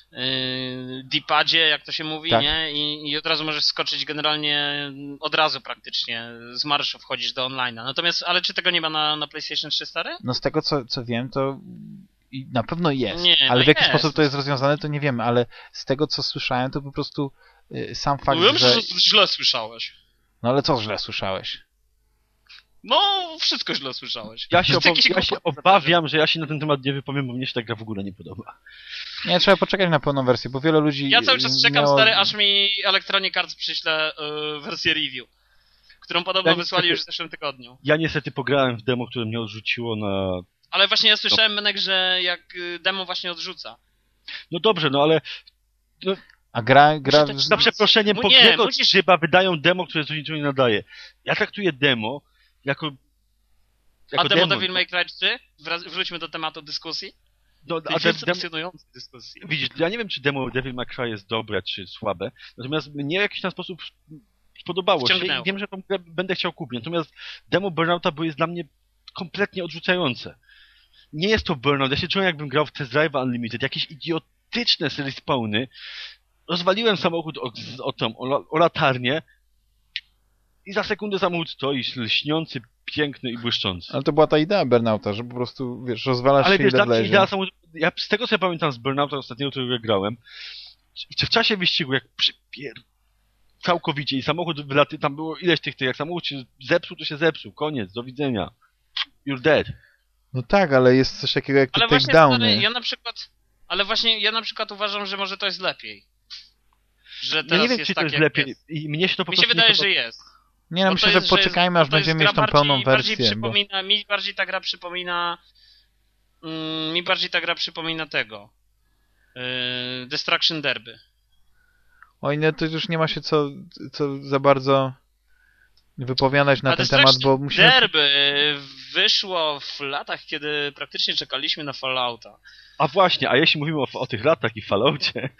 D-padzie, jak to się mówi, Tak. nie? I od razu możesz skoczyć generalnie od razu praktycznie z marszu wchodzisz do online'a. Natomiast, ale czy tego nie ma na PlayStation 3 stary? No z tego co wiem, to i na pewno jest, Nie, ale no w jaki jest. sposób to jest rozwiązane, to nie wiemy, ale z tego co słyszałem, to po prostu sam fakt, Mówiłem, że... że źle słyszałeś. No ale co źle słyszałeś? No, wszystko źle słyszałeś. Ja się, To jakieś ja się głupoty obawiam, że ja się na ten temat nie wypowiem, bo mnie się ta gra w ogóle nie podoba. Nie, trzeba poczekać na pełną wersję, bo wiele ludzi... Ja cały czas czekam, miało... stary, aż mi Electronic Arts przyśle wersję review, którą podobno Ja wysłali niestety- już w zeszłym tygodniu. Ja niestety pograłem w demo, które mnie odrzuciło na... Ale właśnie ja słyszałem, Menek, że jak demo właśnie odrzuca. No dobrze, no ale A gra... za przeproszeniem Nie, powinnego musisz- chyba wydają demo, które do niczego nie nadaje. Ja traktuję demo jako A demo Devil May Cry 3? Wróćmy do tematu dyskusji. No, Tej wielce pasjonującej dyskusji. widzisz, ja nie wiem, czy demo Devil May Cry jest dobre, czy słabe, natomiast mnie w jakiś tam sposób spodobało się Wciągnęło. i wiem, że tą grę będę chciał kupić. Natomiast demo Burnouta jest dla mnie kompletnie odrzucające. Nie jest to Burnout, ja się czułem, jakbym grał w Test Drive Unlimited, jakieś idiotyczne respawny. Rozwaliłem samochód o latarnię i za sekundę samochód stoi lśniący, piękny i błyszczący. Ale to była ta idea Burnouta, że po prostu, wiesz, rozwalasz Ale się wiesz, ile dla mnie wlezie. idea samochodu, ja z tego co ja pamiętam z Burnouta ostatniego, którego grałem, w czasie wyścigu, jak całkowicie i samochód tam było ileś tych, jak samochód się zepsuł, to się zepsuł, koniec, do widzenia. You're dead. No tak, ale jest coś takiego jak Ale te właśnie, takedowny. stary, ja na przykład uważam, że może to jest lepiej. Że Ja teraz nie wiem, jest czy to tak, jest jak lepiej jest. i mnie się to po Mi się prostu wydaje, nie że jest. Nie no, Bo myślę, to że jest, poczekajmy, aż bo to jest będziemy mieć gra tą pełną bardziej wersję. Bo... Mi bardziej ta gra przypomina tego. Destruction Derby. Oj, no to już nie ma się co za bardzo wypowiadać na A ten temat, bo musimy... Derby wyszło w latach, kiedy praktycznie czekaliśmy na Fallouta. A właśnie, a jeśli mówimy o tych latach i Falloutie,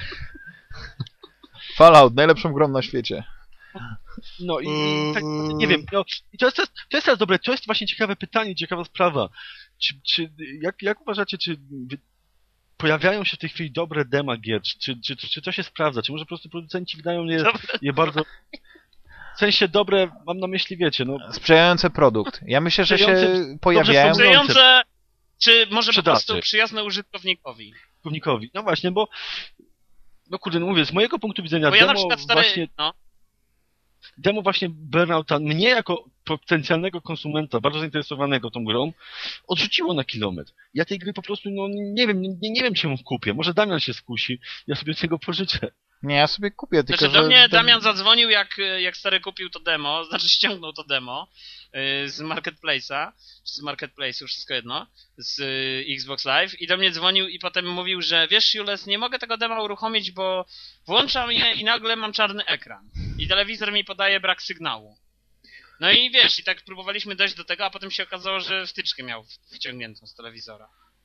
Fallout, najlepszą grą na świecie. no i tak, nie wiem, no, i to jest teraz dobre, to jest właśnie ciekawe pytanie, ciekawa sprawa. Jak uważacie, czy pojawiają się w tej chwili dobre dema gier, czy to się sprawdza, czy może po prostu producenci wydają je bardzo... W sensie dobre, mam na myśli, wiecie, no... Sprzyjający produkt. Ja myślę, że się Sprzyjający- pojawiają... dobrze Sprzyjające, czy może po Sprzedaży. prostu przyjazne użytkownikowi? Pułkownikowi. No właśnie, bo... No kurde, no mówię, z mojego punktu widzenia Bo ja na demo przykład stary... właśnie... No, Demo właśnie Burnouta, mnie jako potencjalnego konsumenta, bardzo zainteresowanego tą grą, odrzuciło na kilometr. Ja tej gry po prostu, no nie wiem, czy ją kupię. Może Damian się skusi, ja sobie tego pożyczę. Nie, ja sobie kupię, tylko znaczy że... do mnie Damian zadzwonił, jak stary kupił to demo, znaczy ściągnął to demo z Marketplace'a, czy z Marketplace'u, wszystko jedno, z Xbox Live i do mnie dzwonił i potem mówił, że wiesz Jules, nie mogę tego dema uruchomić, bo włączam je i nagle mam czarny ekran i telewizor mi podaje brak sygnału. No i wiesz, i tak próbowaliśmy dojść do tego, a potem się okazało, że wtyczkę miał wciągniętą z telewizora.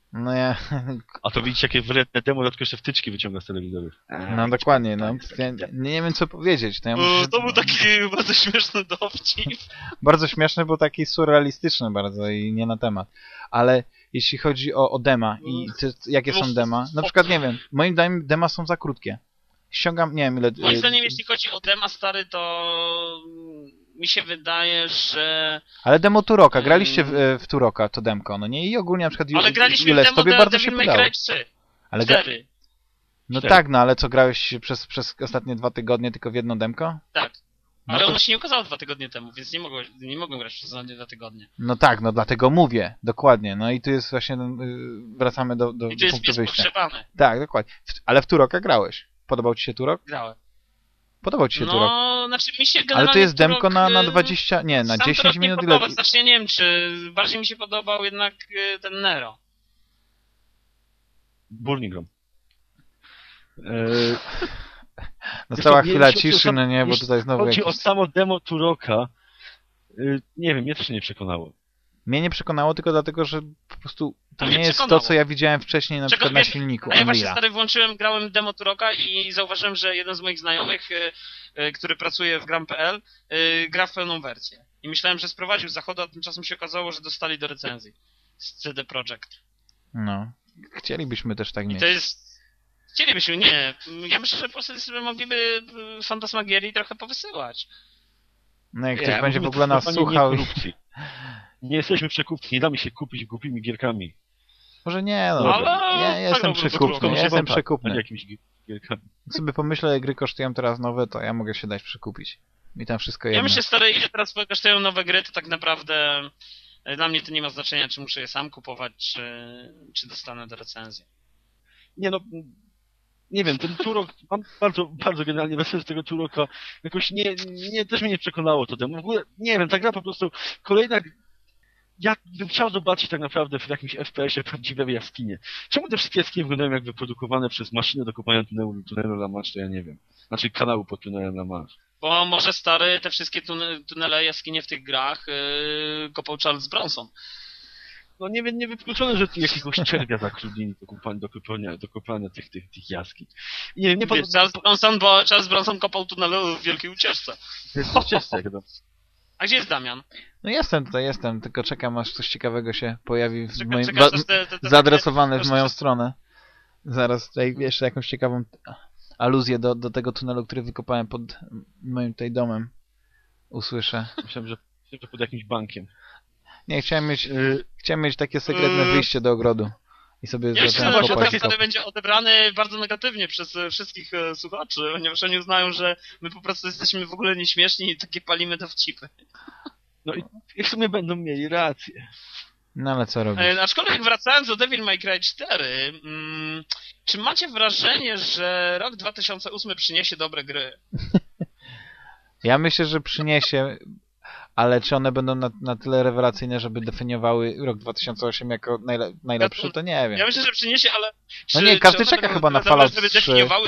No ja... A to widzicie, jakie wredne demo, tylko jeszcze wtyczki wyciąga z telewizorów. No dokładnie, no. Ja nie wiem co powiedzieć. No, ja muszę... To był taki bardzo śmieszny dowcip. Bardzo śmieszny, bo taki surrealistyczny bardzo i nie na temat. Ale jeśli chodzi o dema i jakie są dema, na przykład nie wiem, moim zdaniem dema są za krótkie. Ściągam, nie wiem ile... Moim zdaniem, jeśli chodzi o dema stary, to mi się wydaje, że... Ale demo Turoka, graliście w Turoka, to demko, no nie? I ogólnie na przykład Ale graliśmy w Jules, demo tobie bardzo się Devil May podobało. Cry 3. Ale 4. No 4. tak, no ale co, grałeś przez ostatnie 2 tygodnie tylko w jedno demko? Tak. No Ale to- ono się nie ukazało 2 tygodnie temu, więc nie mogłem grać przez 2 tygodnie. No tak, no dlatego mówię, dokładnie. No i tu jest właśnie, wracamy do I to jest punktu wyjścia. pogrzebane. Tak, dokładnie. Ale w Turoka grałeś. Podobał ci się Turok? Grałem. Podobał ci się Turok. No, znaczy mi się generalnie Ale to jest demko Turok, na 20, nie, na sam 10 Turok minut nie ile? podobał. Znaczy nie wiem, czy bardziej mi się podobał jednak ten Nero. Burning Rom. Nastała Jeśli- chwila jeśli- ciszy, no nie, bo jeśli tutaj znowu chodzi o jakieś... samo demo Turoka, nie wiem, mnie też nie przekonało. Mnie nie przekonało tylko dlatego, że po prostu to A mnie nie jest przekonało. to, co ja widziałem wcześniej na przykład na silniku A ja właśnie Unreal'a. stary włączyłem, grałem demo Turoka i zauważyłem, że jeden z moich znajomych, który pracuje w gram.pl, gra w pełną wersję. I myślałem, że sprowadził z zachodu, a tymczasem się okazało, że dostali do recenzji z CD Projekt. No. Chcielibyśmy też tak I mieć. to jest... Chcielibyśmy, nie. Ja myślę, że po prostu sobie mogliby Fantasmagierii trochę powysyłać. No jak Nie, ktoś będzie w mówimy ogóle to nas zupełnie słuchał... nie korupcji. Nie jesteśmy przekupni, nie damy się kupić głupimi gierkami. Może nie, no. Ale Ja jestem fajną przekupny, było, ja jestem Tak, przekupny. jakimiś gierkami. Jak sobie pomyślę, jak gry kosztują teraz nowe, to ja mogę się dać przekupić. Mi tam wszystko Ja jedno. myślę, stary, ile teraz kosztują nowe gry, to tak naprawdę dla mnie to nie ma znaczenia, czy muszę je sam kupować, czy dostanę do recenzji. Nie no, nie wiem, ten Turok, mam bardzo generalnie wesoły z tego Turoka, jakoś też mnie nie przekonało to demo. W ogóle, nie wiem, ta gra po prostu, kolejna, ja bym chciał zobaczyć tak naprawdę w jakimś FPS-ie prawdziwe jaskinie. Czemu te wszystkie jaskinie wyglądają jak wyprodukowane przez maszynę do kopania tunelu La Manche, to ja nie wiem. Znaczy kanału pod tunelem La Manche. Bo może, stary, te wszystkie tunele, jaskinie w tych grach kopał Charles Bronson. No nie wykluczone, że tu jakiegoś czerwia zatrudnili do kopania tych jaskiń. I nie wiem, nie Wiesz, Charles Bronson kopał tunele w Wielkiej Ucieczce. to jest ciastek, no. A gdzie jest Damian? No jestem tutaj, tylko czekam, aż coś ciekawego się pojawi w moim... Czekasz, aż te zaadresowane w takie- moją stronę. Zaraz tutaj jeszcze jakąś ciekawą aluzję do tego tunelu, który wykopałem pod moim tutaj domem usłyszę. Myślałem, że pod jakimś bankiem. Nie, chciałem mieć takie sekretne wyjście do ogrodu. I sobie Ja myślę, zacząłem że kopać ten top. wtedy będzie odebrany bardzo negatywnie przez wszystkich słuchaczy, ponieważ oni uznają, że my po prostu jesteśmy w ogóle nieśmieszni i takie palimy dowcipy. No i w sumie będą mieli rację. No ale co robić? Aczkolwiek wracając do Devil May Cry 4, czy macie wrażenie, że rok 2008 przyniesie dobre gry? Ja myślę, że przyniesie, ale czy one będą na tyle rewelacyjne, żeby definiowały rok 2008 jako najlepszy, to nie wiem. Ja myślę, że przyniesie, ale No nie, każdy czy one czeka będą chyba na dobre, Fallout żeby 3.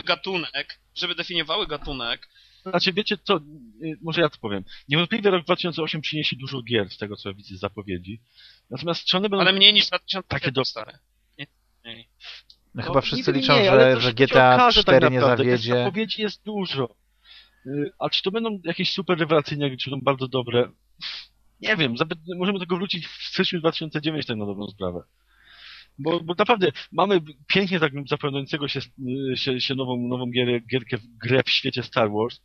definiowały gatunek. Znaczy, wiecie co, może ja to powiem. Niewątpliwie rok 2008 przyniesie dużo gier z tego, co widzę z zapowiedzi. Natomiast czy one będą... Ale mniej niż 2000 Takie do- stare. Nie. No chyba wszyscy niby liczą, nie, ale to że się GTA okaże 4 tak nie naprawdę. Tych zawiedzie. zapowiedzi jest dużo. A czy to będą jakieś super rewelacyjne, czy będą bardzo dobre? Nie wiem, możemy do tego wrócić w styczniu 2009 tak na dobrą sprawę. Bo naprawdę mamy pięknie zapowiadającego się nową grę w świecie Star Wars.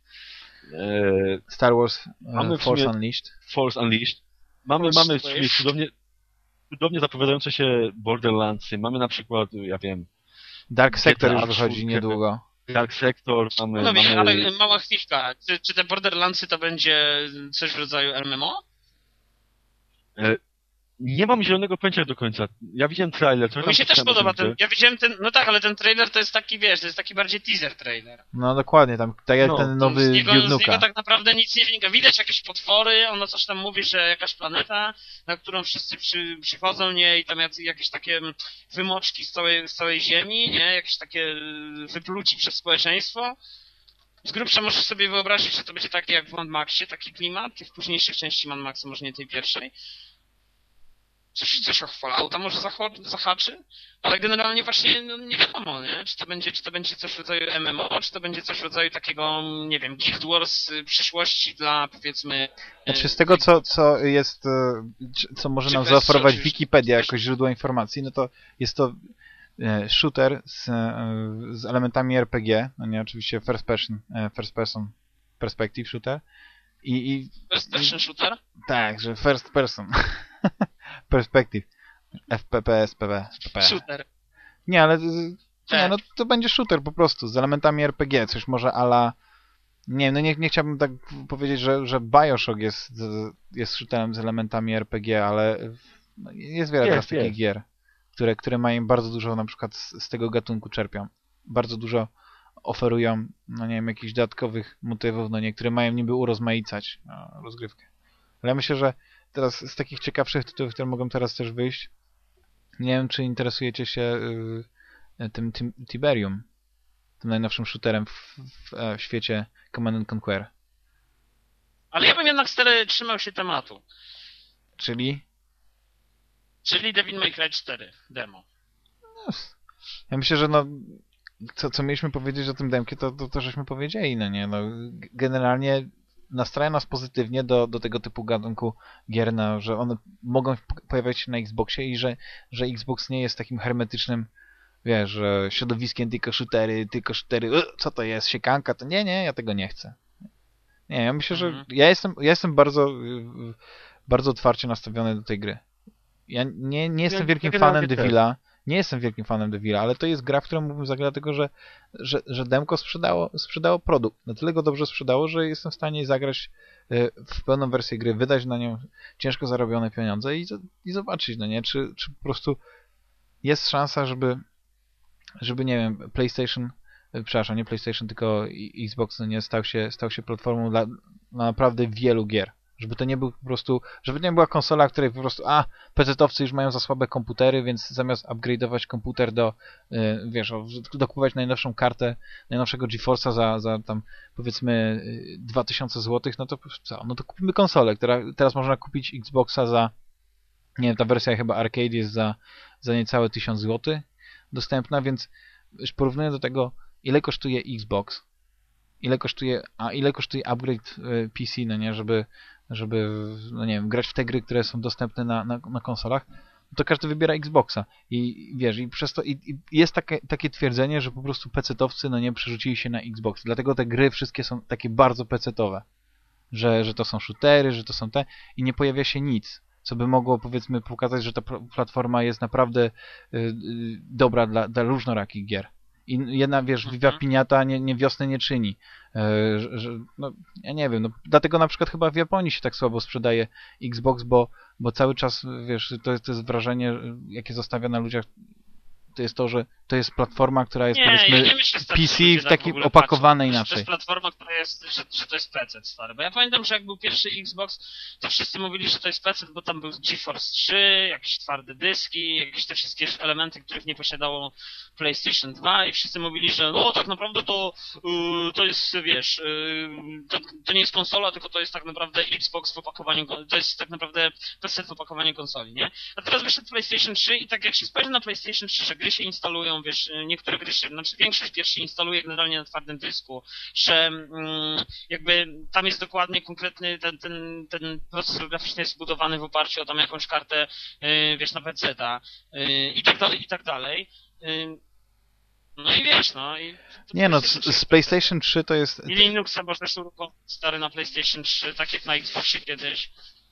Star Wars Mamy w Force sumie- Unleashed. Force Unleashed. Mamy w sumie cudownie zapowiadające się Borderlandsy. Mamy na przykład, ja wiem, Dark Sector GTA już wychodzi 4. niedługo. Dark Sector, mamy... No wiem, mamy... ale mała chwilka. Czy te Borderlandsy to będzie coś w rodzaju MMO? Nie mam zielonego pojęcia do końca. Ja widziałem trailer. Bo mi się też podoba ten. Ja widziałem ten. No tak, ale ten trailer to jest taki, wiesz, to jest taki bardziej teaser trailer. No dokładnie, tam tak jak No, ten nowy z niego Duke tak naprawdę nic nie wynika. Widać jakieś potwory, ono coś tam mówi, że jakaś planeta, na którą wszyscy przychodzą, nie, i tam jakieś takie wymoczki z całej Ziemi, nie, jakieś takie wypluci przez społeczeństwo. Z grubsza możesz sobie wyobrazić, że to będzie takie jak w Mad Maxie, taki klimat, w późniejszych części Mad Maxa, może nie tej pierwszej. coś o Fallouta może zahaczy, ale generalnie właśnie no, nie wiadomo, nie? Czy to będzie coś w rodzaju MMO, czy to będzie coś w rodzaju takiego, nie wiem, Guild Wars przyszłości dla, powiedzmy... Znaczy z tego, co jest, co może nam zaoferować Wikipedia jako źródło informacji, no to jest to shooter z elementami RPG, no nie, oczywiście first person perspective shooter. First person shooter? Tak, że first person perspective. FPS, PV. Shooter. Nie, ale nie, no to będzie shooter po prostu, z elementami RPG, coś może ala... Nie, no nie chciałbym tak powiedzieć, że Bioshock jest shooterem z elementami RPG, ale no, jest wiele teraz takich gier, które mają bardzo dużo, na przykład z tego gatunku czerpią. Bardzo dużo oferują, no nie wiem, jakichś dodatkowych motywów, no nie, które mają niby urozmaicać rozgrywkę. Ale ja myślę, że teraz z takich ciekawszych tytułów, które mogą teraz też wyjść, nie wiem, czy interesujecie się tym Tiberium, tym najnowszym shooterem w świecie Command & Conquer. Ale ja bym jednak stale trzymał się tematu. Czyli Devil May Cry 4 demo. No, ja myślę, że no co mieliśmy powiedzieć o tym demkie, to żeśmy powiedzieli, no nie, no generalnie nastraja nas pozytywnie do tego typu gatunku gier, no, że one mogą pojawiać się na Xboxie i że Xbox nie jest takim hermetycznym, wiesz, że środowiskiem tylko shootery, co to jest, siekanka, to nie, ja tego nie chcę. Nie, ja myślę, że ja jestem bardzo otwarcie nastawiony do tej gry. Ja nie jestem wielkim fanem Devila, ale to jest gra, w którą mógłbym zagrać, dlatego że demko sprzedało produkt. Na tyle go dobrze sprzedało, że jestem w stanie zagrać w pełną wersję gry, wydać na nią ciężko zarobione pieniądze i zobaczyć, no nie, czy po prostu jest szansa, żeby nie wiem, nie PlayStation, tylko Xbox, no nie, stał się platformą dla naprawdę wielu gier. Żeby to nie był po prostu, żeby to nie była konsola, której po prostu, PC-towcy już mają za słabe komputery, więc zamiast upgrade'ować komputer dokupować najnowszą kartę, najnowszego GeForce'a za tam powiedzmy 2000 zł, no to co? No to kupimy konsolę, która teraz można kupić Xboxa za, nie wiem, ta wersja chyba Arcade jest za niecałe 1000 zł dostępna, więc porównując do tego, ile kosztuje Xbox, ile kosztuje upgrade PC, no nie, żeby no nie wiem, grać w te gry, które są dostępne na konsolach, to każdy wybiera Xboxa. I wiesz, i przez to jest takie twierdzenie, że po prostu PC-towcy no nie przerzucili się na Xbox. Dlatego te gry wszystkie są takie bardzo PC-towe. Że to są shootery, że to są te i nie pojawia się nic, co by mogło powiedzmy pokazać, że ta platforma jest naprawdę dobra dla różnorakich gier. I jedna, wiesz, Viva Piniata nie wiosny nie czyni. No, ja nie wiem, no, dlatego na przykład chyba w Japonii się tak słabo sprzedaje Xbox, bo cały czas, wiesz, to jest wrażenie, jakie zostawia na ludziach, to jest to, że to jest platforma, która jest powiedzmy PC w takim opakowane inaczej. To jest platforma, która jest, że to jest PC, stary. Bo ja pamiętam, że jak był pierwszy Xbox, to wszyscy mówili, że to jest PC, bo tam był GeForce 3, jakieś twarde dyski, jakieś te wszystkie elementy, których nie posiadało PlayStation 2 i wszyscy mówili, że no tak naprawdę to jest, wiesz, to nie jest konsola, tylko to jest tak naprawdę Xbox w opakowaniu, to jest tak naprawdę PC w opakowaniu konsoli, nie? A teraz wyszedł PlayStation 3 i tak jak się spojrzy na PlayStation 3, że gry się instalują, wiesz, niektóre gry się, znaczy większość gier się instaluje generalnie na twardym dysku, że jakby tam jest dokładnie konkretny ten procesor graficzny jest zbudowany w oparciu o tam jakąś kartę, wiesz, na PC-ta i tak dalej. No i wiesz, no i... Nie no, z PlayStation 3 to jest... I Linuxa możesz uruchomić stary na PlayStation 3, tak jak na Xboxie kiedyś.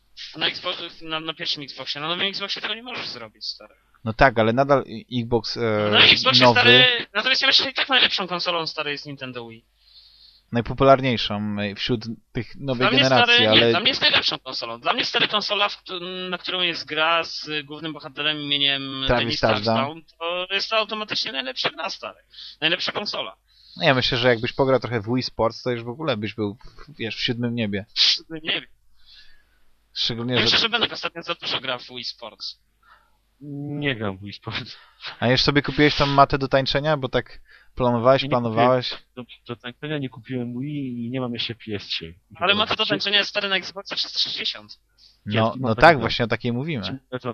Na pierwszym Xboxie, na nowym Xboxie tego nie możesz zrobić, stary. No tak, ale nadal Xbox Xboxie nowy... stary, natomiast ja myślę, że i tak najlepszą konsolą stary jest Nintendo Wii. Najpopularniejszą wśród tych nowej generacji, stary, ale... Nie, dla mnie jest najlepszą konsolą. Dla mnie stary konsola, na którą jest gra z głównym bohaterem imieniem Dennis Touchdown, to jest to automatycznie najlepsza gra, stary. Najlepsza konsola. No ja myślę, że jakbyś pograł trochę w Wii Sports, to już w ogóle byś był, wiesz, w siódmym niebie. Nie wiem. Szczególnie, myślę, że będę ostatnio za dużo grał w Wii Sports. Nie gram w Wii Sports. A już sobie kupiłeś tą matę do tańczenia, bo tak planowałeś? Do tańczenia nie kupiłem Wii i nie mam jeszcze PS3. Ale matę do tańczenia jest stary na Xboxie 360. No tak, właśnie o takiej mówimy.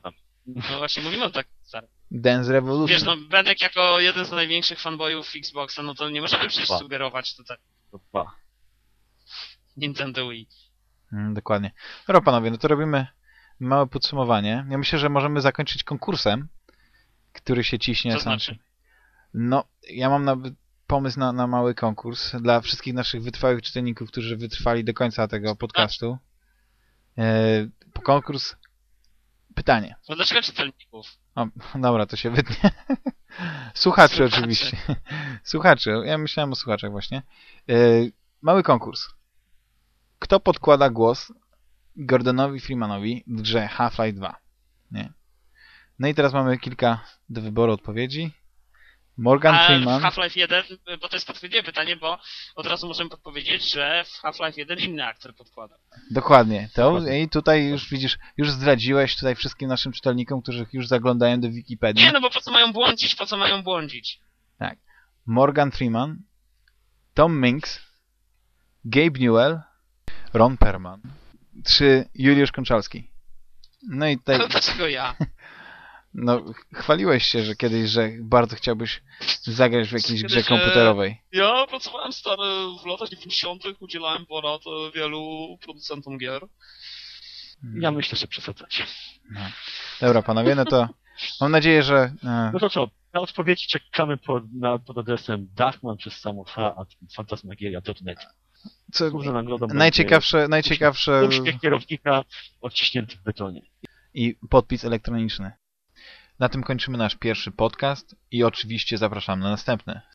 No właśnie, mówimy o tak stary. Dance Revolution. Wiesz, no Benek jako jeden z największych fanboyów Xboxa, no to nie możemy przecież sugerować tutaj Pa. Nintendo Wii. Dokładnie. Dobra panowie, no to robimy małe podsumowanie. Ja myślę, że możemy zakończyć konkursem, który się ciśnie. Co znaczy? No, ja mam pomysł na mały konkurs dla wszystkich naszych wytrwałych czytelników, którzy wytrwali do końca tego podcastu. Konkurs. Pytanie. No dlaczego czytelników? O, dobra, to się wytnie. Słuchaczy oczywiście. Słuchaczy. Ja myślałem o słuchaczach właśnie. Mały konkurs. Kto podkłada głos Gordonowi Freemanowi w grze Half-Life 2? Nie. No i teraz mamy kilka do wyboru odpowiedzi. Morgan Freeman. W Half-Life 1, bo to jest podpowiednie pytanie, bo od razu możemy podpowiedzieć, że w Half-Life 1 inny aktor podkłada. Dokładnie. I tutaj już widzisz, już zdradziłeś tutaj wszystkim naszym czytelnikom, którzy już zaglądają do Wikipedii. Nie, no bo po co mają błądzić? Po co mają błądzić? Tak. Morgan Freeman, Tom Minks, Gabe Newell, Ron Perlman, czy Juliusz Konczalski. No i tutaj... Ale dlaczego ja? No, chwaliłeś się, że kiedyś, że bardzo chciałbyś zagrać w jakiejś grze komputerowej. Ja pracowałem stary w latach 90., udzielałem porad wielu producentom gier. Ja myślę, że przesadzać. No. Dobra, panowie, no to mam nadzieję, że... No to co? Na odpowiedzi czekamy pod adresem Dachman przez samo fantasmagieria.net. Co, nagrodą najciekawsze... uśmiech kierownika odciśnięty w betonie. I podpis elektroniczny. Na tym kończymy nasz pierwszy podcast i oczywiście zapraszam na następny.